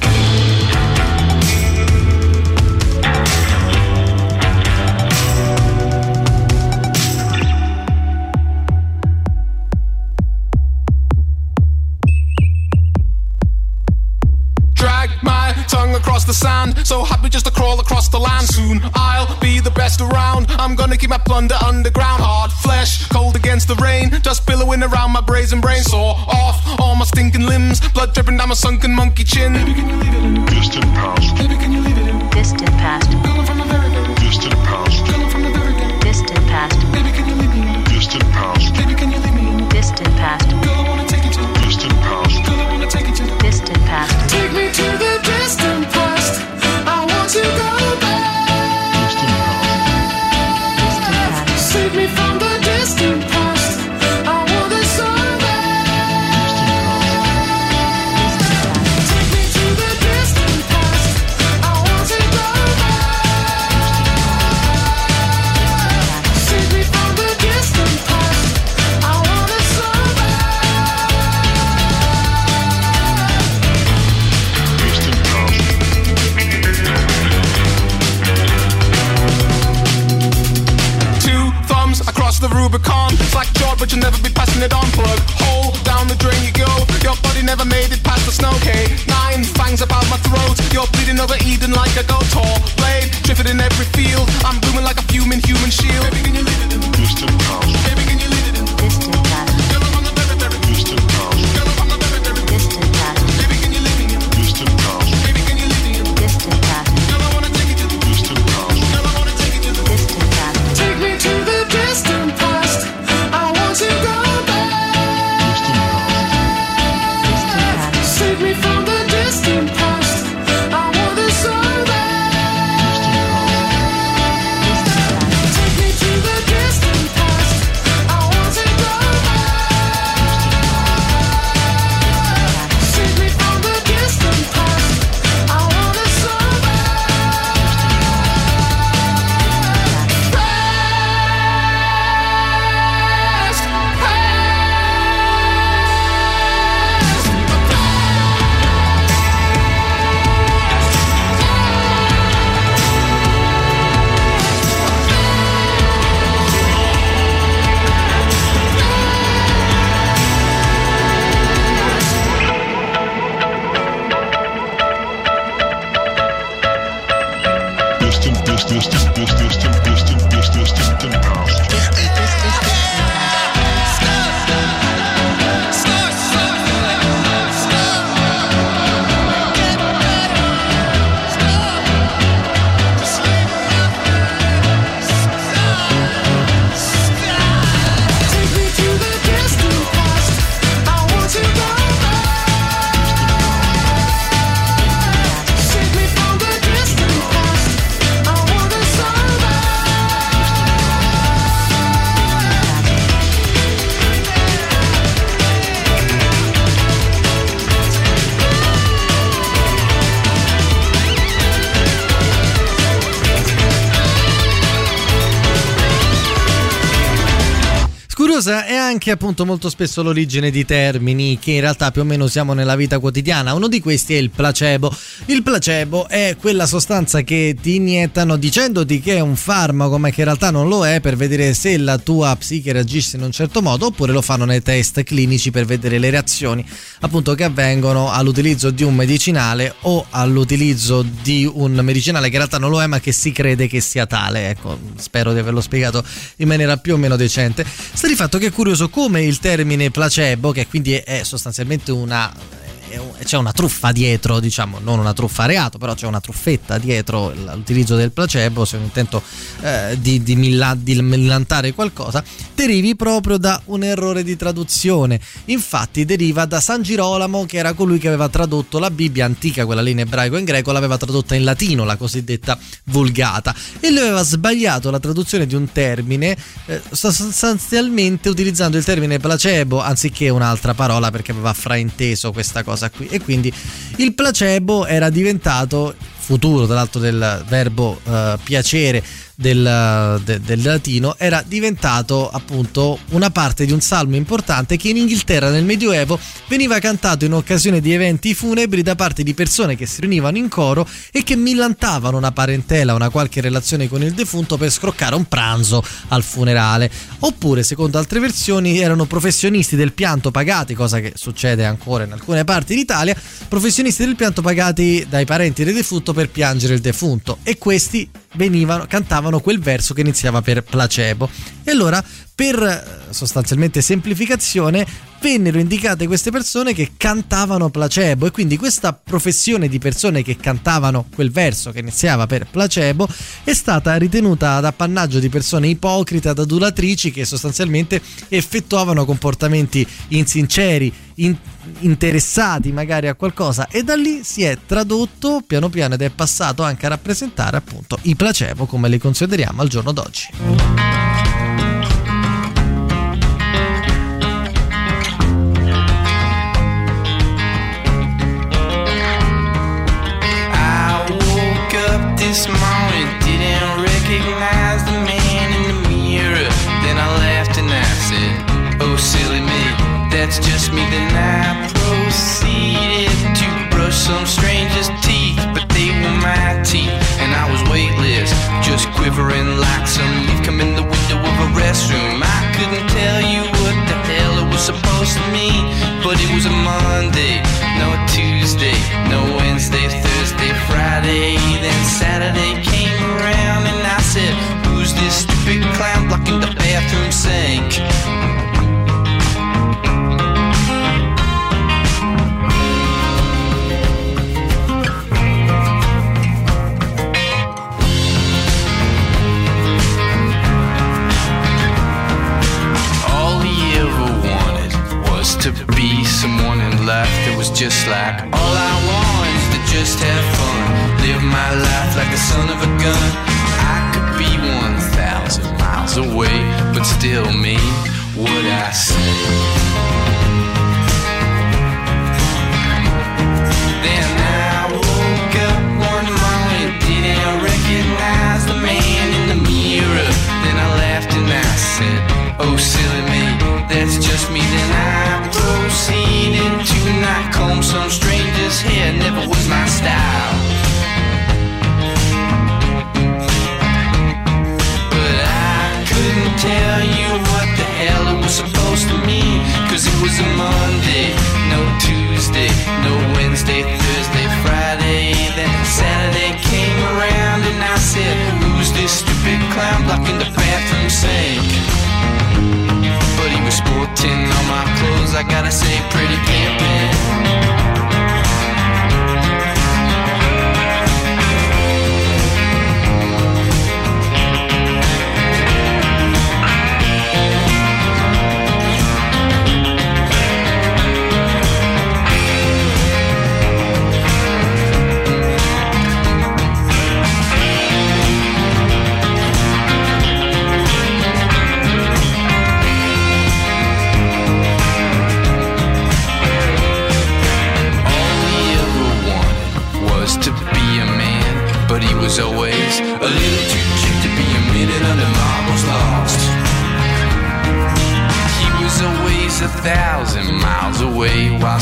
Tongue across the sand, so happy just to crawl across the land. Soon I'll be the best around. I'm gonna keep my plunder underground. Hard flesh, cold against the rain, just billowing around my brazen brain. Saw off all my stinking limbs, blood dripping down my sunken monkey chin. Baby, can you leave it in distant past? Baby, can you leave it in distant past? Going from the very, very distant past. Going from the very, very distant past. Baby, can you leave me in distant past? Baby, can you leave me in distant past? Girl, I wanna take you to distant past. Girl, I wanna take you to distant past. Take me to the distant past. I want to go back. Distant past. Save me from the distant past. I want to so bad. Take me to the distant past. I want to go back. Save me from the distant past. I want to so across the Rubicon, black jawed, but you'll never be passing it on. Plug hole down the drain you go. Your body never made it past the snow. K nine fangs about my throat. You're bleeding over Eden like a goat. Tall blade drifted in every field. I'm blooming like a fuming human shield. Baby, can you leave it in distant past? Baby, can you leave it in distant past? Girl, I'm on the very, very distant past. Girl, I'm on the very, very distant past. Baby, can you leave me in distant past? Baby, can you leave me in distant past? Girl, I wanna take you to the distant past. Girl, I wanna take you to the distant past. Take me to the distant past. I want to go back. Distant past. Save me from the distant past. I want to so bad. Take me to the distant past. I want to go back. Save me from the distant past. I want to so distant, distant, distant, distant, distant, distant, distant past. Curiosa è anche appunto molto spesso l'origine di termini che in realtà più o meno usiamo nella vita quotidiana. Uno di questi è il placebo. Il placebo è quella sostanza che ti iniettano dicendoti che è un farmaco ma che in realtà non lo è, per vedere se la tua psiche reagisce in un certo modo, oppure lo fanno nei test clinici per vedere le reazioni appunto che avvengono all'utilizzo di un medicinale o all'utilizzo di un medicinale che in realtà non lo è ma che si crede che sia tale. Ecco, spero di averlo spiegato in maniera più o meno decente. Sta di fatto che è curioso come il termine placebo, che quindi è sostanzialmente una c'è una truffa dietro, diciamo, non una truffa a reato, però c'è una truffetta dietro l'utilizzo del placebo, se è un intento eh, di, di, milla, di millantare qualcosa, derivi proprio da un errore di traduzione. Infatti deriva da San Girolamo, che era colui che aveva tradotto la Bibbia antica, quella lì in ebraico e in greco, l'aveva tradotta in latino, la cosiddetta Vulgata, e lui aveva sbagliato la traduzione di un termine eh, sostanzialmente utilizzando il termine placebo anziché un'altra parola, perché aveva frainteso questa cosa qui, e quindi il placebo era diventato, futuro tra l'altro del verbo uh, piacere del, de, del latino, era diventato appunto una parte di un salmo importante che in Inghilterra nel Medioevo veniva cantato in occasione di eventi funebri da parte di persone che si riunivano in coro e che millantavano una parentela, una qualche relazione con il defunto per scroccare un pranzo al funerale. Oppure, secondo altre versioni, erano professionisti del pianto pagati, cosa che succede ancora in alcune parti d'Italia, professionisti del pianto pagati dai parenti del defunto per piangere il defunto, e questi venivano, cantavano quel verso che iniziava per placebo. E allora, per sostanzialmente semplificazione, vennero indicate queste persone che cantavano placebo, e quindi questa professione di persone che cantavano quel verso che iniziava per placebo è stata ritenuta ad appannaggio di persone ipocrite, ad adulatrici, che sostanzialmente effettuavano comportamenti insinceri, in, interessati magari a qualcosa, e da lì si è tradotto piano piano ed è passato anche a rappresentare appunto i placebo come li consideriamo al giorno d'oggi. This morning didn't recognize the man in the mirror. Then I laughed and I said, oh silly me, that's just me. Then I proceeded to brush some stranger's teeth, but they were my teeth, and I was weightless, just quivering like some leaf come in the window of a restroom. I couldn't tell you what the hell it was supposed to mean, but it was a Monday, no Tuesday, no Wednesday, Thursday, Friday. Then Saturday came around and I said, who's this stupid clown blocking the bathroom sink? All he ever wanted was to be someone in life that was just like all I want is to just have fun, live my life like the son of a gun. I could be one thousand miles away, but still mean what I say. Then I woke up one morning, didn't recognize the man in the mirror. Then I laughed and I said, oh silly me, that's just me. Then I proceeded to not comb some stranger's hair, never was my style. But I couldn't tell you what the hell it was supposed to mean, cause it was a Monday, no Tuesday, no Wednesday, Thursday, Friday. Then Saturday came around and I said, who's this stupid clown blocking the bathroom sink? But he was sporting all my clothes, I gotta say, pretty pimpin'.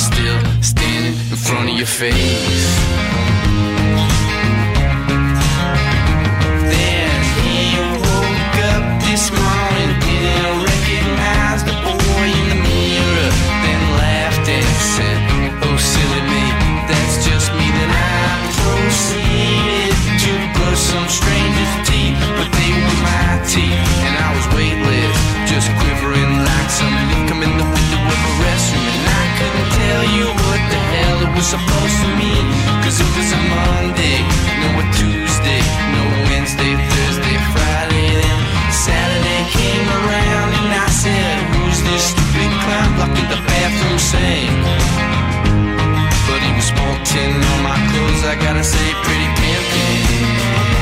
still standing in front of your face. Then he woke up this morning, didn't recognize the boy in the mirror, then laughed and said, oh silly me, that's just me. Then I proceeded to brush some stranger's teeth, but they were my teeth, and I was weightless, just quivering like some leaf come in the window of a restroom, and I couldn't tell you what the hell it was supposed to mean, cause it was a Monday, no a Tuesday, no Wednesday, Thursday, Friday, then Saturday came around, and I said, who's this stupid clown blocking the bathroom sink? But he was wanting all my clothes, I gotta say, pretty pimpin'.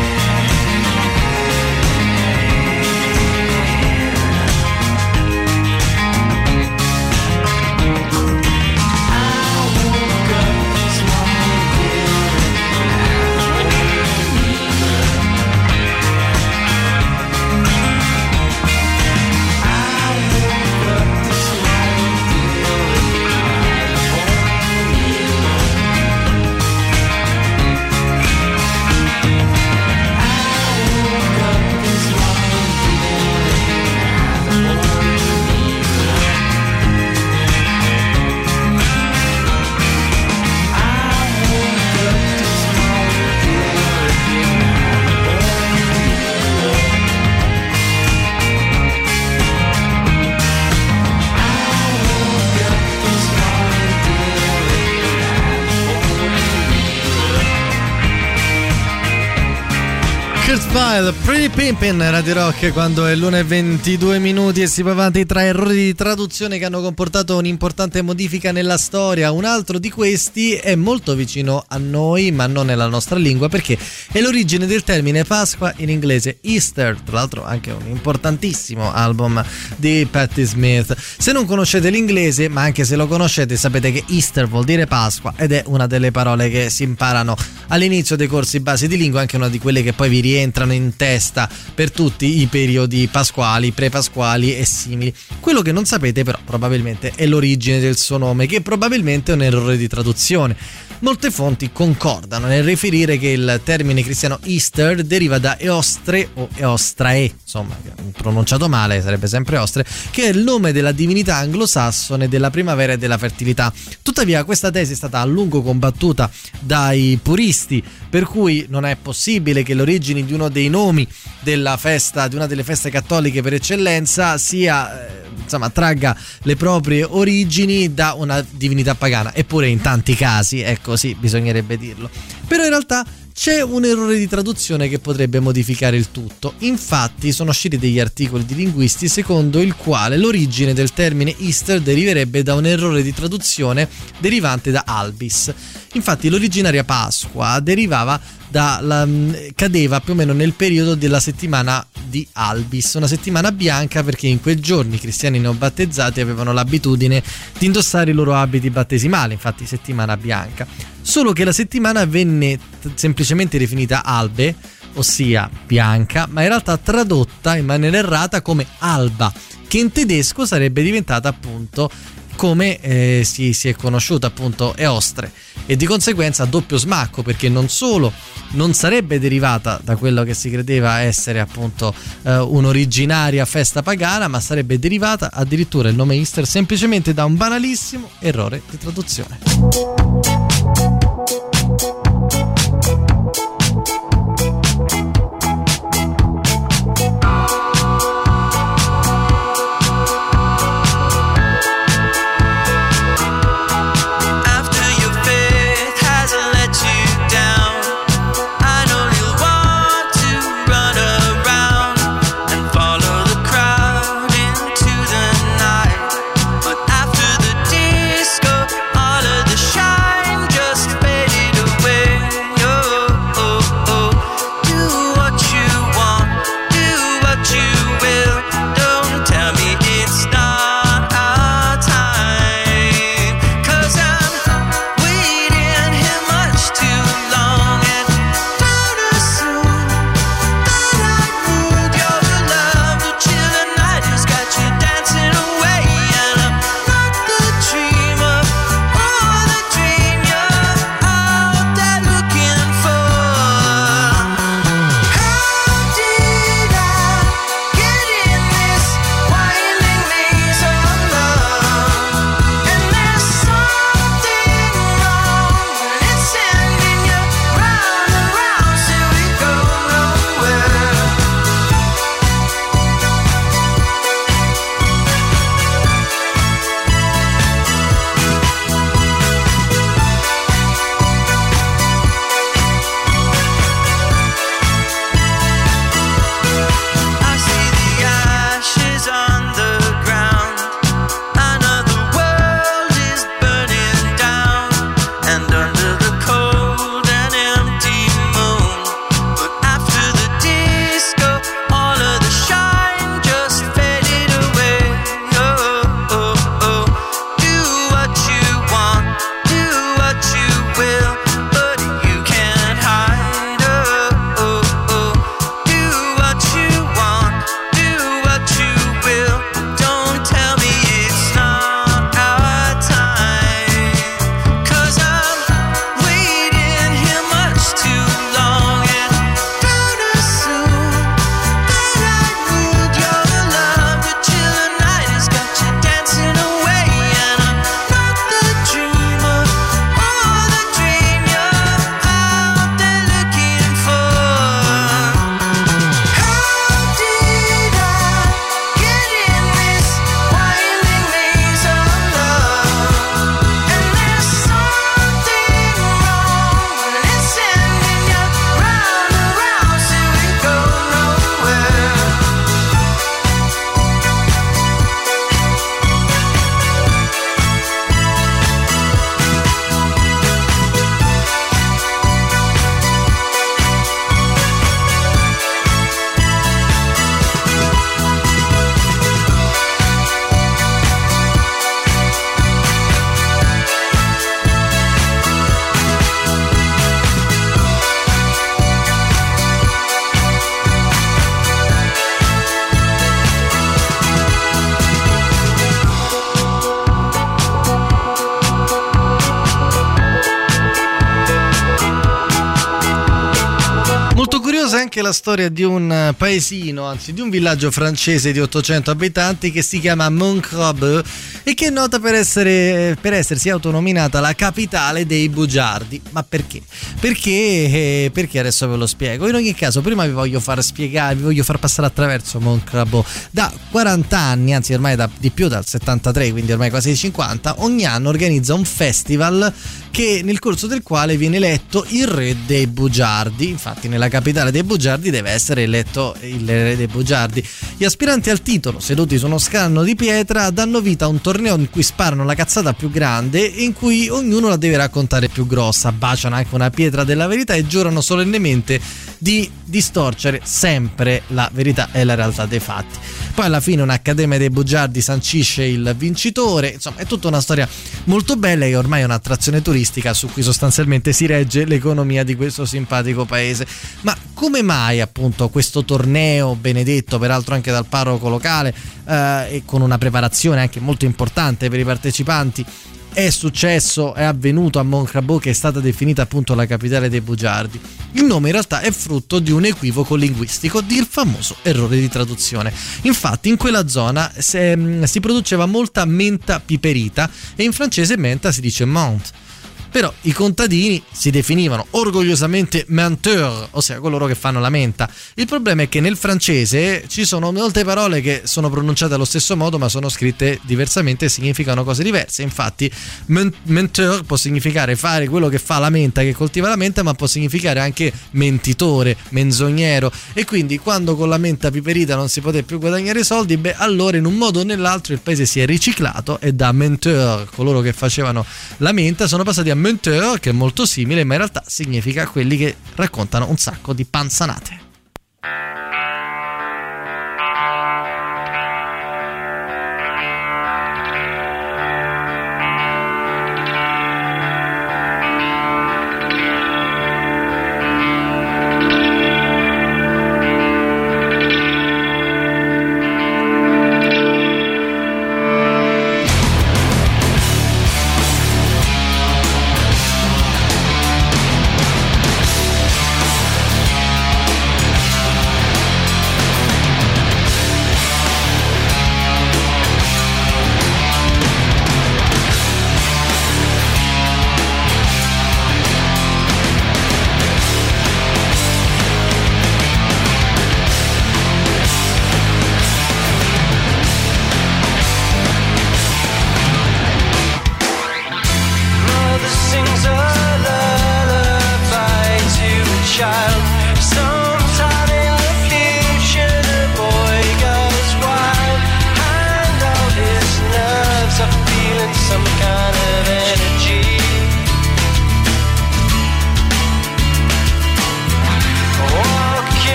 File, Pretty Pimpin', Radio Rock, quando è l'una e ventidue minuti e si va avanti tra errori di traduzione che hanno comportato un'importante modifica nella storia. Un altro di questi è molto vicino a noi, ma non nella nostra lingua, perché è l'origine del termine Pasqua in inglese, Easter, tra l'altro anche un importantissimo album di Patti Smith. Se non conoscete l'inglese, ma anche se lo conoscete, sapete che Easter vuol dire Pasqua ed è una delle parole che si imparano all'inizio dei corsi base di lingua, anche una di quelle che poi vi rientrano in testa per tutti i periodi pasquali, pre-pasquali e simili. Quello che non sapete però probabilmente è l'origine del suo nome, che probabilmente è un errore di traduzione. Molte fonti concordano nel riferire che il termine cristiano Easter deriva da Eostre o Eostrae, insomma, pronunciato male sarebbe sempre Ostre, che è il nome della divinità anglosassone della primavera e della fertilità. Tuttavia questa tesi è stata a lungo combattuta dai puristi, per cui non è possibile che l'origine di uno dei nomi della festa, di una delle feste cattoliche per eccellenza, sia eh, insomma tragga le proprie origini da una divinità pagana. Eppure in tanti casi è così, bisognerebbe dirlo. Però in realtà c'è un errore di traduzione che potrebbe modificare il tutto. Infatti sono usciti degli articoli di linguisti secondo il quale l'origine del termine Easter deriverebbe da un errore di traduzione derivante da albis. Infatti l'originaria Pasqua derivava da la, cadeva più o meno nel periodo della settimana di Albis, una settimana bianca, perché in quei giorni i cristiani neobattezzati avevano l'abitudine di indossare i loro abiti battesimali, infatti settimana bianca. Solo che la settimana venne semplicemente definita albe, ossia bianca, ma in realtà tradotta in maniera errata come alba, che in tedesco sarebbe diventata appunto come eh, si, si è conosciuta, appunto Eostre, e di conseguenza doppio smacco, perché non solo non sarebbe derivata da quello che si credeva essere appunto eh, un'originaria festa pagana, ma sarebbe derivata addirittura il nome Easter semplicemente da un banalissimo errore di traduzione. Just è anche la storia di un paesino, anzi di un villaggio francese di ottocento abitanti che si chiama Moncrabeau e che è nota per essere per essersi autonominata la capitale dei bugiardi. Ma perché? Perché eh, perché adesso ve lo spiego. In ogni caso, prima vi voglio far spiegare, vi voglio far passare attraverso Moncrabeau. Da quaranta anni, anzi ormai da di più, dal settantatré, quindi ormai quasi cinquanta, ogni anno organizza un festival che nel corso del quale viene eletto il re dei bugiardi. Infatti nella capitale dei bugiardi deve essere eletto il re dei bugiardi. Gli aspiranti al titolo, seduti su uno scranno di pietra, danno vita a un torneo in cui sparano la cazzata più grande e in cui ognuno la deve raccontare più grossa, baciano anche una pietra della verità e giurano solennemente di distorcere sempre la verità e la realtà dei fatti. Poi alla fine un'accademia dei bugiardi sancisce il vincitore. Insomma, è tutta una storia molto bella e ormai è un'attrazione turistica su cui sostanzialmente si regge l'economia di questo simpatico paese. Ma come mai appunto questo torneo, benedetto peraltro anche dal parroco locale eh, e con una preparazione anche molto importante per i partecipanti, è successo, è avvenuto a Moncrabeau, che è stata definita appunto la capitale dei bugiardi? Il nome in realtà è frutto di un equivoco linguistico, del famoso errore di traduzione. Infatti in quella zona se, si produceva molta menta piperita e in francese menta si dice menthe. Però i contadini si definivano orgogliosamente menteur, ossia coloro che fanno la menta. Il problema è che nel francese ci sono molte parole che sono pronunciate allo stesso modo ma sono scritte diversamente e significano cose diverse. Infatti menteur può significare fare quello che fa la menta, che coltiva la menta, ma può significare anche mentitore, menzognero. E quindi quando con la menta piperita non si poteva più guadagnare soldi, beh allora in un modo o nell'altro il paese si è riciclato e da menteur, coloro che facevano la menta, sono passati a menteur, che è molto simile ma in realtà significa quelli che raccontano un sacco di panzanate.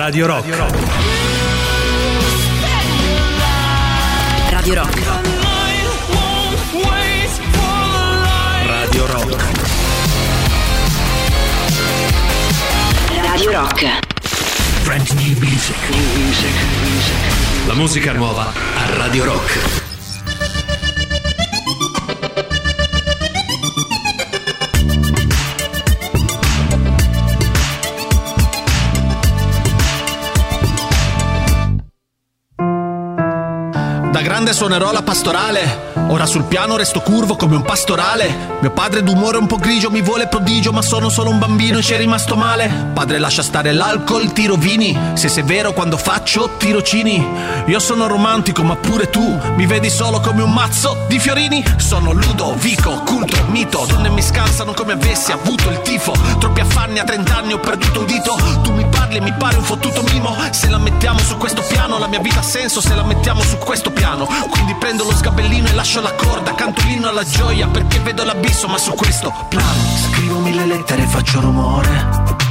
Radio Rock. Radio Rock. Radio Rock. Radio Rock. Brand new music. New music. Music. La musica nuova a Radio Rock. Da grande suonerò la pastorale, ora sul piano resto curvo come un pastorale. Mio padre d'umore un po' grigio mi vuole prodigio, ma sono solo un bambino e ci è rimasto male. Padre lascia stare l'alcol, tiro vini, se sei vero quando faccio tirocini. Io sono romantico ma pure tu mi vedi solo come un mazzo di fiorini. Sono Ludovico, culto, mito, donne mi scansano come avessi avuto il tifo. Troppi affanni a trent'anni ho perduto un dito. Tu mi parli e mi pari un fottuto mimo. Se la mettiamo su questo piano la mia vita ha senso, se la mettiamo su questo piano. Quindi prendo lo sgabellino e lascio la corda, canto l'inno alla gioia perché vedo l'abisso, ma su questo plano scrivo mille lettere e faccio rumore.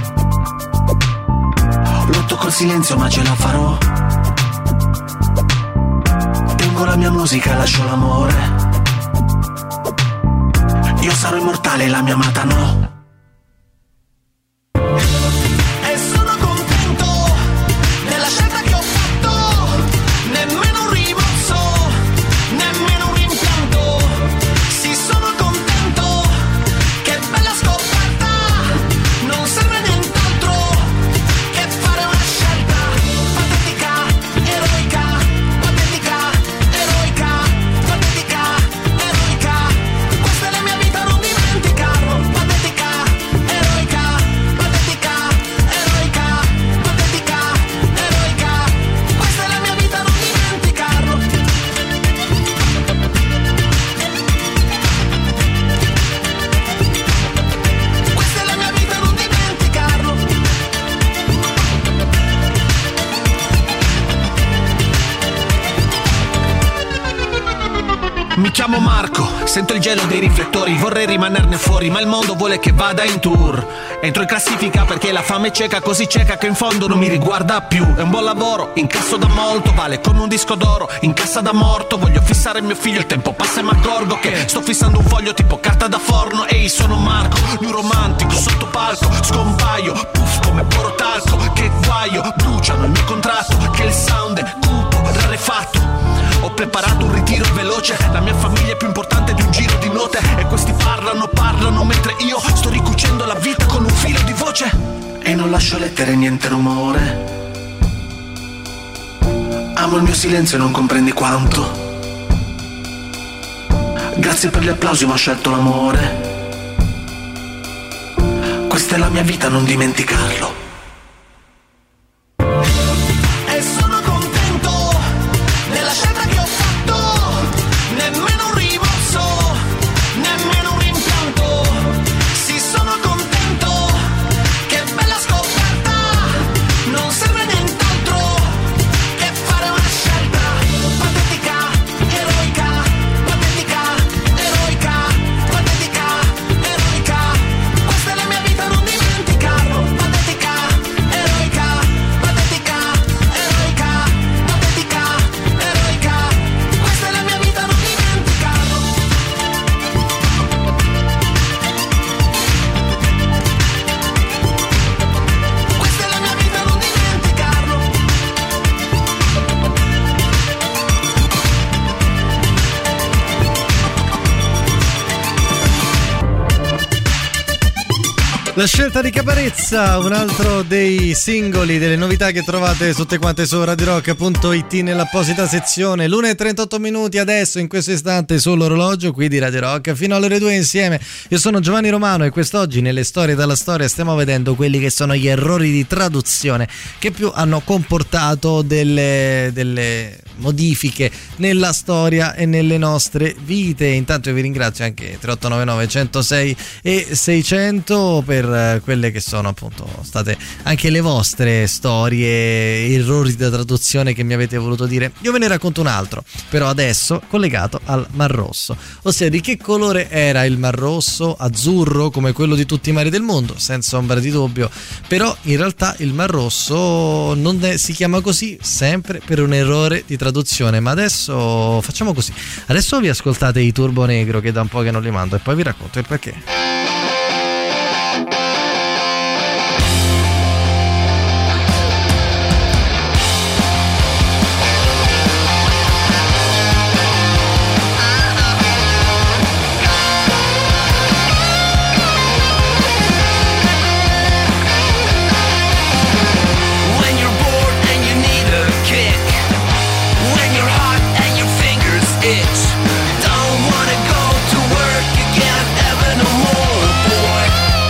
Lotto col silenzio ma ce la farò. Tengo la mia musica e lascio l'amore. Io sarò immortale e la mia amata no. Mi chiamo Marco, sento il gelo dei riflettori, vorrei rimanerne fuori, ma il mondo vuole che vada in tour. Entro in classifica perché la fame è cieca, così cieca che in fondo non mi riguarda più. È un buon lavoro, incasso da molto, vale come un disco d'oro, in cassa da morto. Voglio fissare mio figlio, il tempo passa e mi accorgo che sto fissando un foglio tipo carta da forno. Ehi, sono Marco, lui romantico, sotto palco, scompaio, puff come porotalco. Che guaio, bruciano il mio contratto, che il sound è cupo, rarefatto. Ho preparato un ritiro veloce, la mia famiglia è più importante di un giro di note. E questi parlano, parlano mentre io sto ricucendo la vita con un filo di voce. E non lascio lettere, niente rumore. Amo il mio silenzio e non comprendi quanto. Grazie per gli applausi ma ho scelto l'amore. Questa è la mia vita, non dimenticarlo. La scelta di Caparezza, un altro dei singoli, delle novità che trovate tutte quante su radio rock punto it nell'apposita sezione. L'una e trentotto minuti adesso, in questo istante, sull'orologio qui di Radio Rock, fino alle ore due insieme. Io sono Giovanni Romano e quest'oggi nelle storie dalla storia stiamo vedendo quelli che sono gli errori di traduzione che più hanno comportato delle, delle modifiche nella storia e nelle nostre vite. Intanto vi ringrazio anche tre otto nove nove, centosei e seicento per per quelle che sono appunto state anche le vostre storie, errori da traduzione che mi avete voluto dire. Io ve ne racconto un altro, però adesso collegato al Mar Rosso, ossia di che colore era il Mar Rosso? Azzurro come quello di tutti i mari del mondo, senza ombra di dubbio, però in realtà il Mar Rosso non è, si chiama così sempre per un errore di traduzione. Ma adesso facciamo così, adesso vi ascoltate i Turbo Negro, che da un po' che non li mando, e poi vi racconto il perché. Don't wanna go to work again ever no more.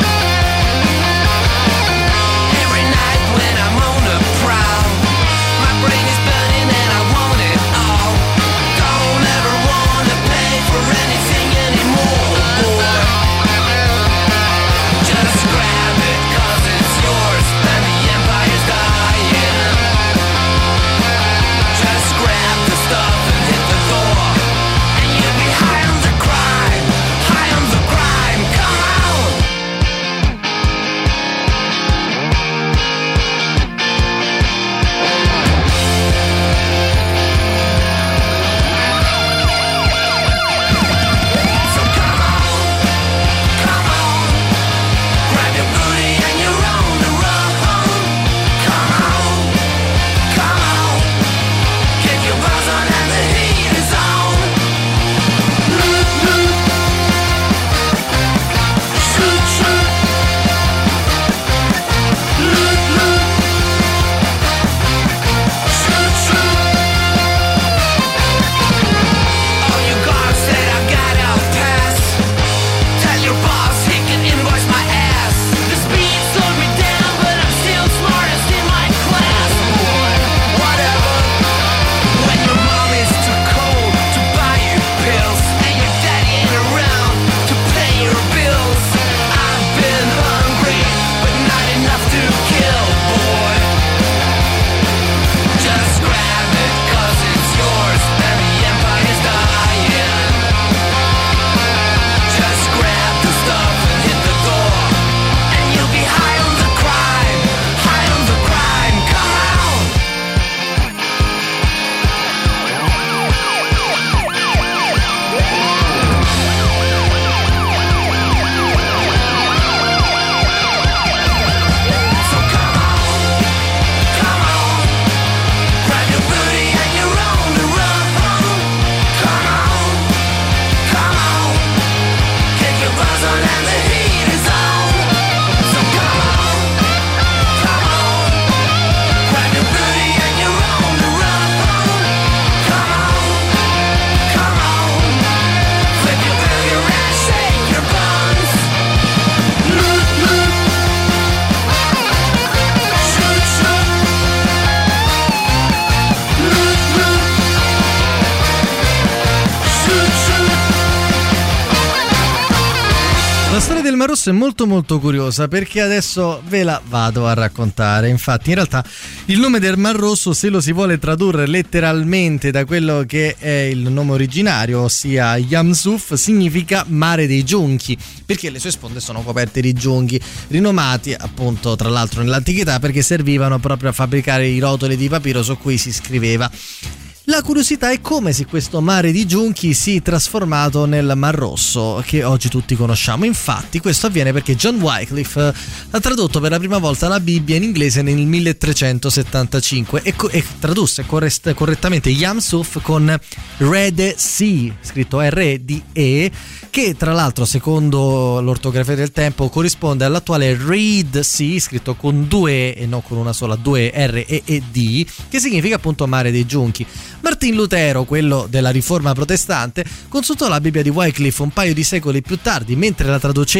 La storia del Mar Rosso è molto molto curiosa, perché adesso ve la vado a raccontare. Infatti in realtà il nome del Mar Rosso, se lo si vuole tradurre letteralmente da quello che è il nome originario, ossia Yam Suf, significa mare dei giunchi, perché le sue sponde sono coperte di giunchi, rinomati appunto tra l'altro nell'antichità perché servivano proprio a fabbricare i rotoli di papiro su cui si scriveva. La curiosità è come se questo mare di giunchi si trasformato nel Mar Rosso che oggi tutti conosciamo. Infatti questo avviene perché John Wycliffe ha tradotto per la prima volta la Bibbia in inglese nel milletrecentosettantacinque e, co- e tradusse correst- correttamente Yam Suf con Red Sea, scritto R D E, che tra l'altro secondo l'ortografia del tempo corrisponde all'attuale Reed Sea, scritto con due E e non con una sola, due R E E D, che significa appunto mare dei giunchi. Martin Lutero, quello della riforma protestante, consultò la Bibbia di Wycliffe un paio di secoli più tardi mentre la traduceva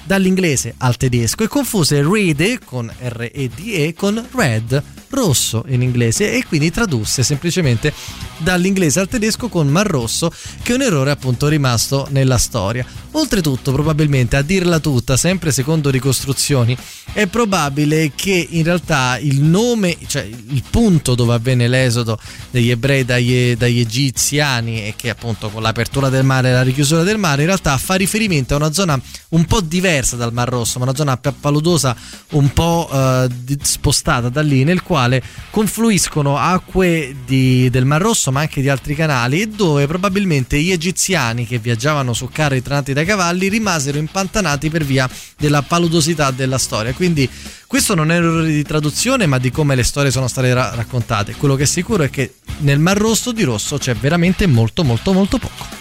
dall'inglese al tedesco e confuse Rede con R E D E con red, rosso in inglese, e quindi tradusse semplicemente dall'inglese al tedesco con Mar Rosso, che è un errore appunto rimasto nella storia. Oltretutto, probabilmente, a dirla tutta, sempre secondo ricostruzioni, è probabile che in realtà il nome, cioè il punto dove avvenne l'esodo degli ebrei dagli, dagli egiziani, e che appunto con l'apertura del mare e la richiusura del mare in realtà fa riferimento a una zona un po' diversa dal Mar Rosso, ma una zona paludosa un po' eh, spostata da lì, nel quale confluiscono acque di, del Mar Rosso ma anche di altri canali, e dove probabilmente gli egiziani che viaggiavano su carri trainati dai cavalli rimasero impantanati per via della paludosità della storia. Quindi questo non è un errore di traduzione, ma di come le storie sono state ra- raccontate. Quello che è sicuro è che nel Mar Rosso di rosso c'è veramente molto molto molto poco.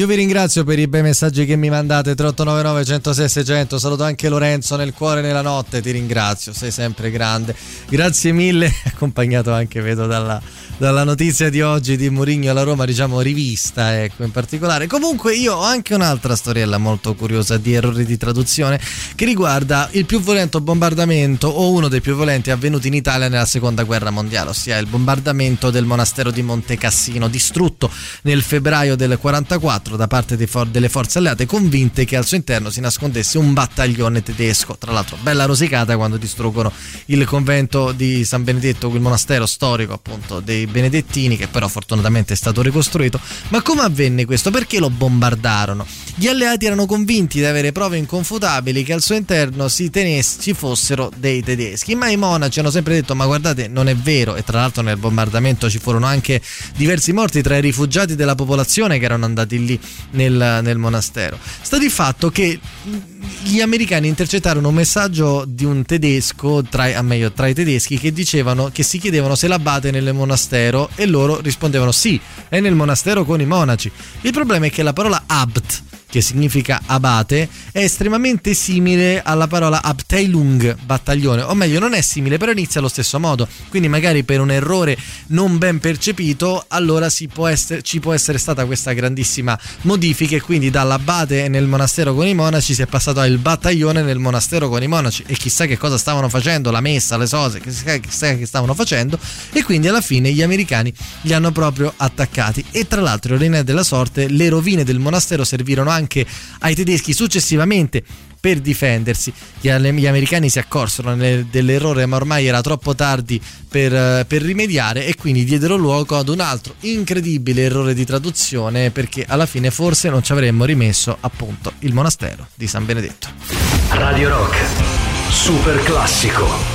Io vi ringrazio per i bei messaggi che mi mandate. Tre otto nove nove, centosei, seicento. Saluto anche Lorenzo nel cuore nella notte, ti ringrazio, sei sempre grande, grazie mille. Accompagnato anche, vedo, dalla, dalla notizia di oggi di Mourinho alla Roma, diciamo rivista, ecco, in particolare. Comunque io ho anche un'altra storiella molto curiosa di errori di traduzione che riguarda il più violento bombardamento, o uno dei più violenti, avvenuti in Italia nella seconda guerra mondiale, ossia il bombardamento del monastero di Monte Cassino, distrutto nel febbraio del quarantaquattro da parte dei for- delle forze alleate, convinte che al suo interno si nascondesse un battaglione tedesco. Tra l'altro bella rosicata quando distruggono il convento di San Benedetto, il monastero storico appunto dei Benedettini, che però fortunatamente è stato ricostruito. Ma come avvenne questo? Perché lo bombardarono? Gli alleati erano convinti di avere prove inconfutabili che al suo interno si tenesse, ci fossero dei tedeschi, ma i monaci hanno sempre detto: ma guardate, non è vero. E tra l'altro nel bombardamento ci furono anche diversi morti tra i rifugiati della popolazione che erano andati lì nel, nel monastero. Sta di fatto che gli americani intercettarono un messaggio di un tedesco tra, a meglio, tra i tedeschi che dicevano, che si chiedevano se l'abate è nel monastero, e loro rispondevano sì, è nel monastero con i monaci. Il problema è che la parola Abt, che significa abate, è estremamente simile alla parola Abteilung, battaglione, o meglio non è simile, però inizia allo stesso modo, quindi magari per un errore non ben percepito allora si può essere, ci può essere stata questa grandissima modifica, e quindi dall'abate nel monastero con i monaci si è passato al battaglione nel monastero con i monaci, e chissà che cosa stavano facendo, la messa, le cose, chissà che stavano facendo, e quindi alla fine gli americani li hanno proprio attaccati. E tra l'altro, ironia della sorte, le rovine del monastero servirono anche anche ai tedeschi successivamente per difendersi. Gli, gli americani si accorsero dell'errore, ma ormai era troppo tardi per, per rimediare, e quindi diedero luogo ad un altro incredibile errore di traduzione, perché alla fine forse non ci avremmo rimesso appunto il monastero di San Benedetto. Radio Rock, super classico.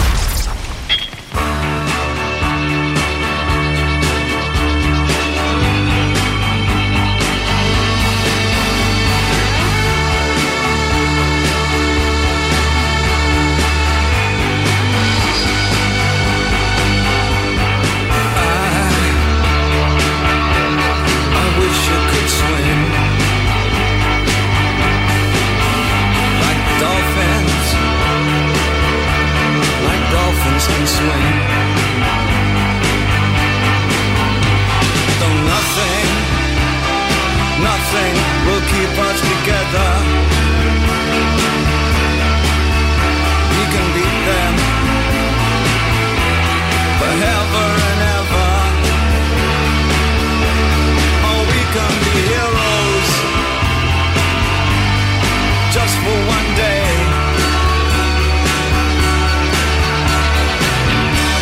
Can swing. Though nothing, nothing will keep us together. We can beat them forever and ever. Oh, we can be heroes just for one day.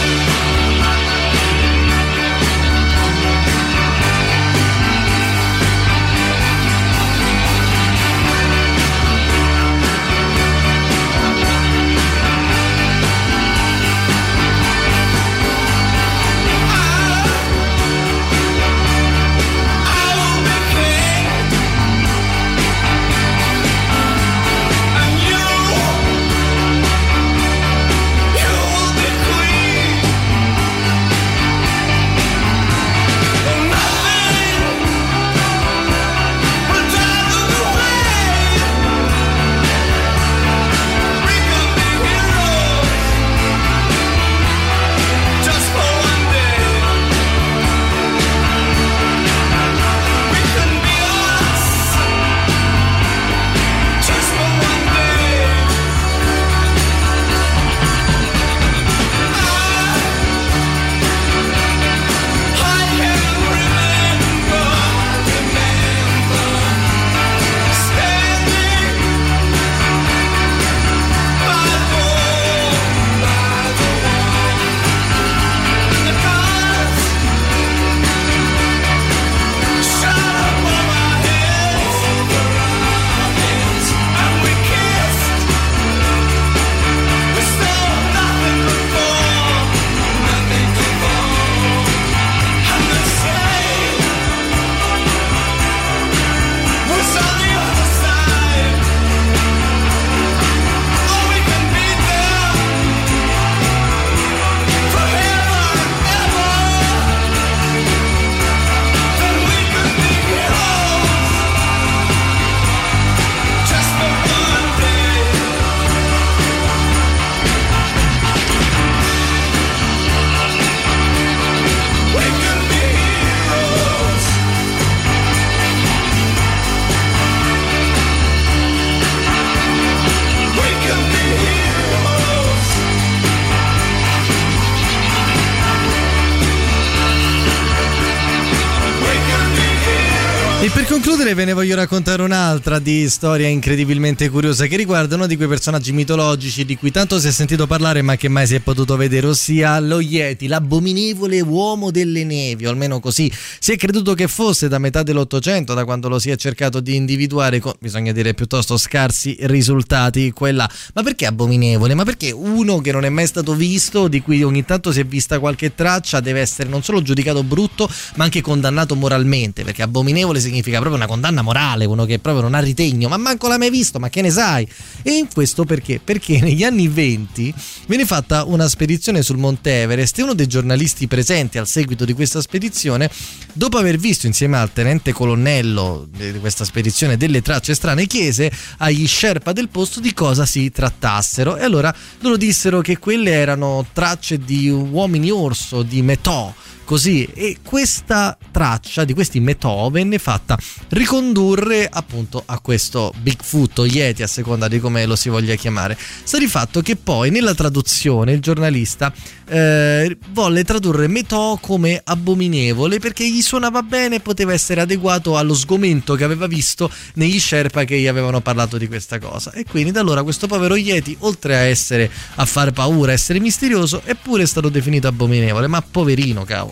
concludere ve ne voglio raccontare un'altra di storia incredibilmente curiosa che riguarda uno di quei personaggi mitologici di cui tanto si è sentito parlare ma che mai si è potuto vedere, ossia lo Yeti, l'abominevole uomo delle nevi, o almeno così si è creduto che fosse da metà dell'Ottocento, da quando lo si è cercato di individuare con, bisogna dire, piuttosto scarsi risultati. Quella, ma perché abominevole? Ma perché uno che non è mai stato visto, di cui ogni tanto si è vista qualche traccia, deve essere non solo giudicato brutto ma anche condannato moralmente, perché abominevole significa proprio una condanna morale, uno che proprio non ha ritegno, ma manco l'ha mai visto, ma che ne sai? E questo perché? Perché negli anni venti viene fatta una spedizione sul Monte Everest e uno dei giornalisti presenti al seguito di questa spedizione, dopo aver visto insieme al tenente colonnello di questa spedizione delle tracce strane, chiese agli Sherpa del posto di cosa si trattassero, e allora loro dissero che quelle erano tracce di uomini orso, di Metò, così, e questa traccia di questi Metò venne fatta ricondurre appunto a questo Bigfoot o Yeti, a seconda di come lo si voglia chiamare. Sta di fatto che poi nella traduzione il giornalista eh, volle tradurre Metò come abominevole perché gli suonava bene, poteva essere adeguato allo sgomento che aveva visto negli Sherpa che gli avevano parlato di questa cosa, e quindi da allora questo povero Yeti, oltre a essere a far paura, essere misterioso, è pure stato definito abominevole. Ma poverino, cavolo.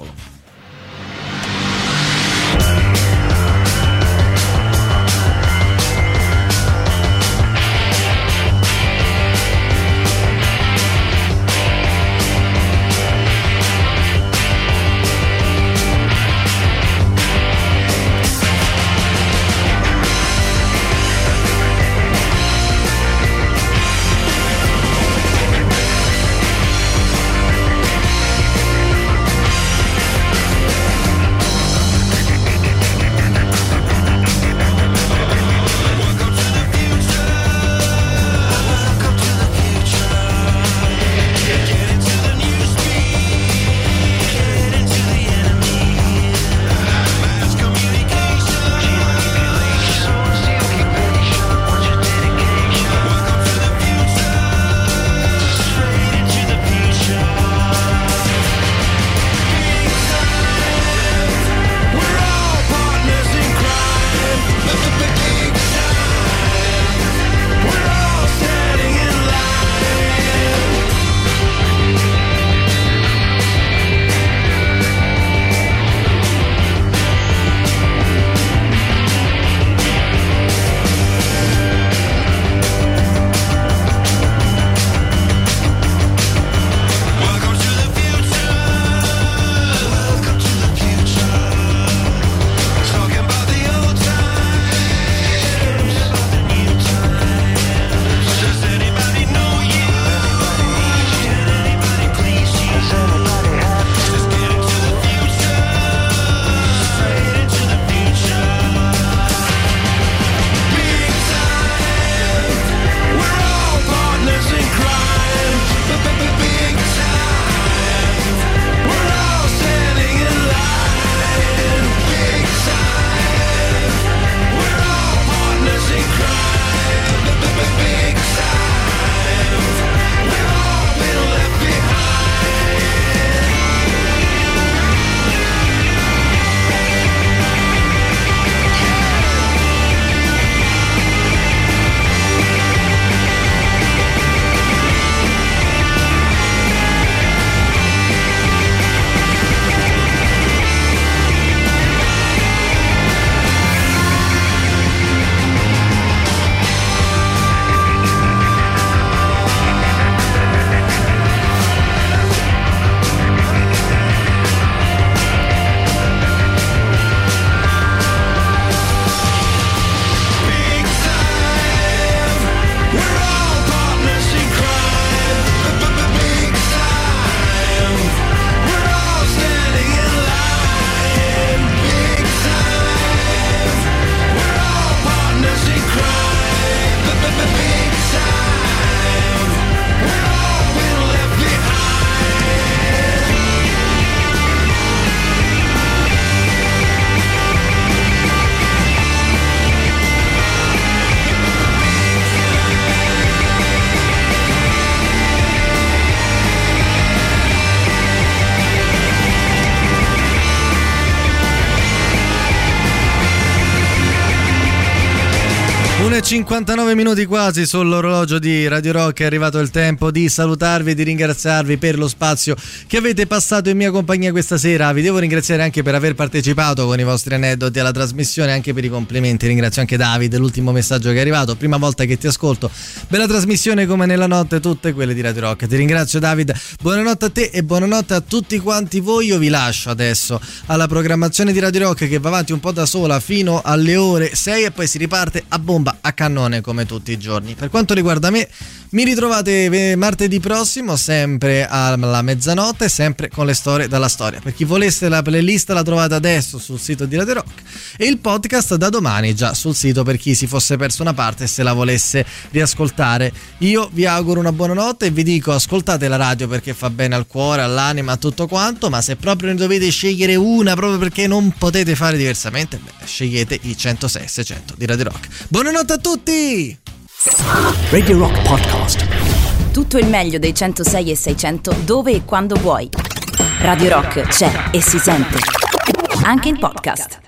e cinquantanove minuti quasi sull'orologio di Radio Rock. È arrivato il tempo di salutarvi e di ringraziarvi per lo spazio che avete passato in mia compagnia questa sera. Vi devo ringraziare anche per aver partecipato con i vostri aneddoti alla trasmissione, anche per i complimenti. Ringrazio anche David, l'ultimo messaggio che è arrivato, prima volta che ti ascolto, bella trasmissione come nella notte tutte quelle di Radio Rock. Ti ringrazio David, buonanotte a te e buonanotte a tutti quanti voi. Io vi lascio adesso alla programmazione di Radio Rock, che va avanti un po' da sola fino alle ore sei e poi si riparte a bomba a cannone come tutti i giorni. Per quanto riguarda me, mi ritrovate martedì prossimo sempre alla mezzanotte, sempre con le storie dalla storia. Per chi volesse la playlist la trovate adesso sul sito di Radio Rock e il podcast da domani già sul sito per chi si fosse perso una parte e se la volesse riascoltare. Io vi auguro una buona notte e vi dico: ascoltate la radio perché fa bene al cuore, all'anima, a tutto quanto, ma se proprio ne dovete scegliere una proprio perché non potete fare diversamente, beh, scegliete i centosei seicento di Radio Rock. Buonanotte a tutti! Radio Rock Podcast. Tutto il meglio dei centosei e seicento dove e quando vuoi. Radio Rock c'è e si sente. Anche in podcast.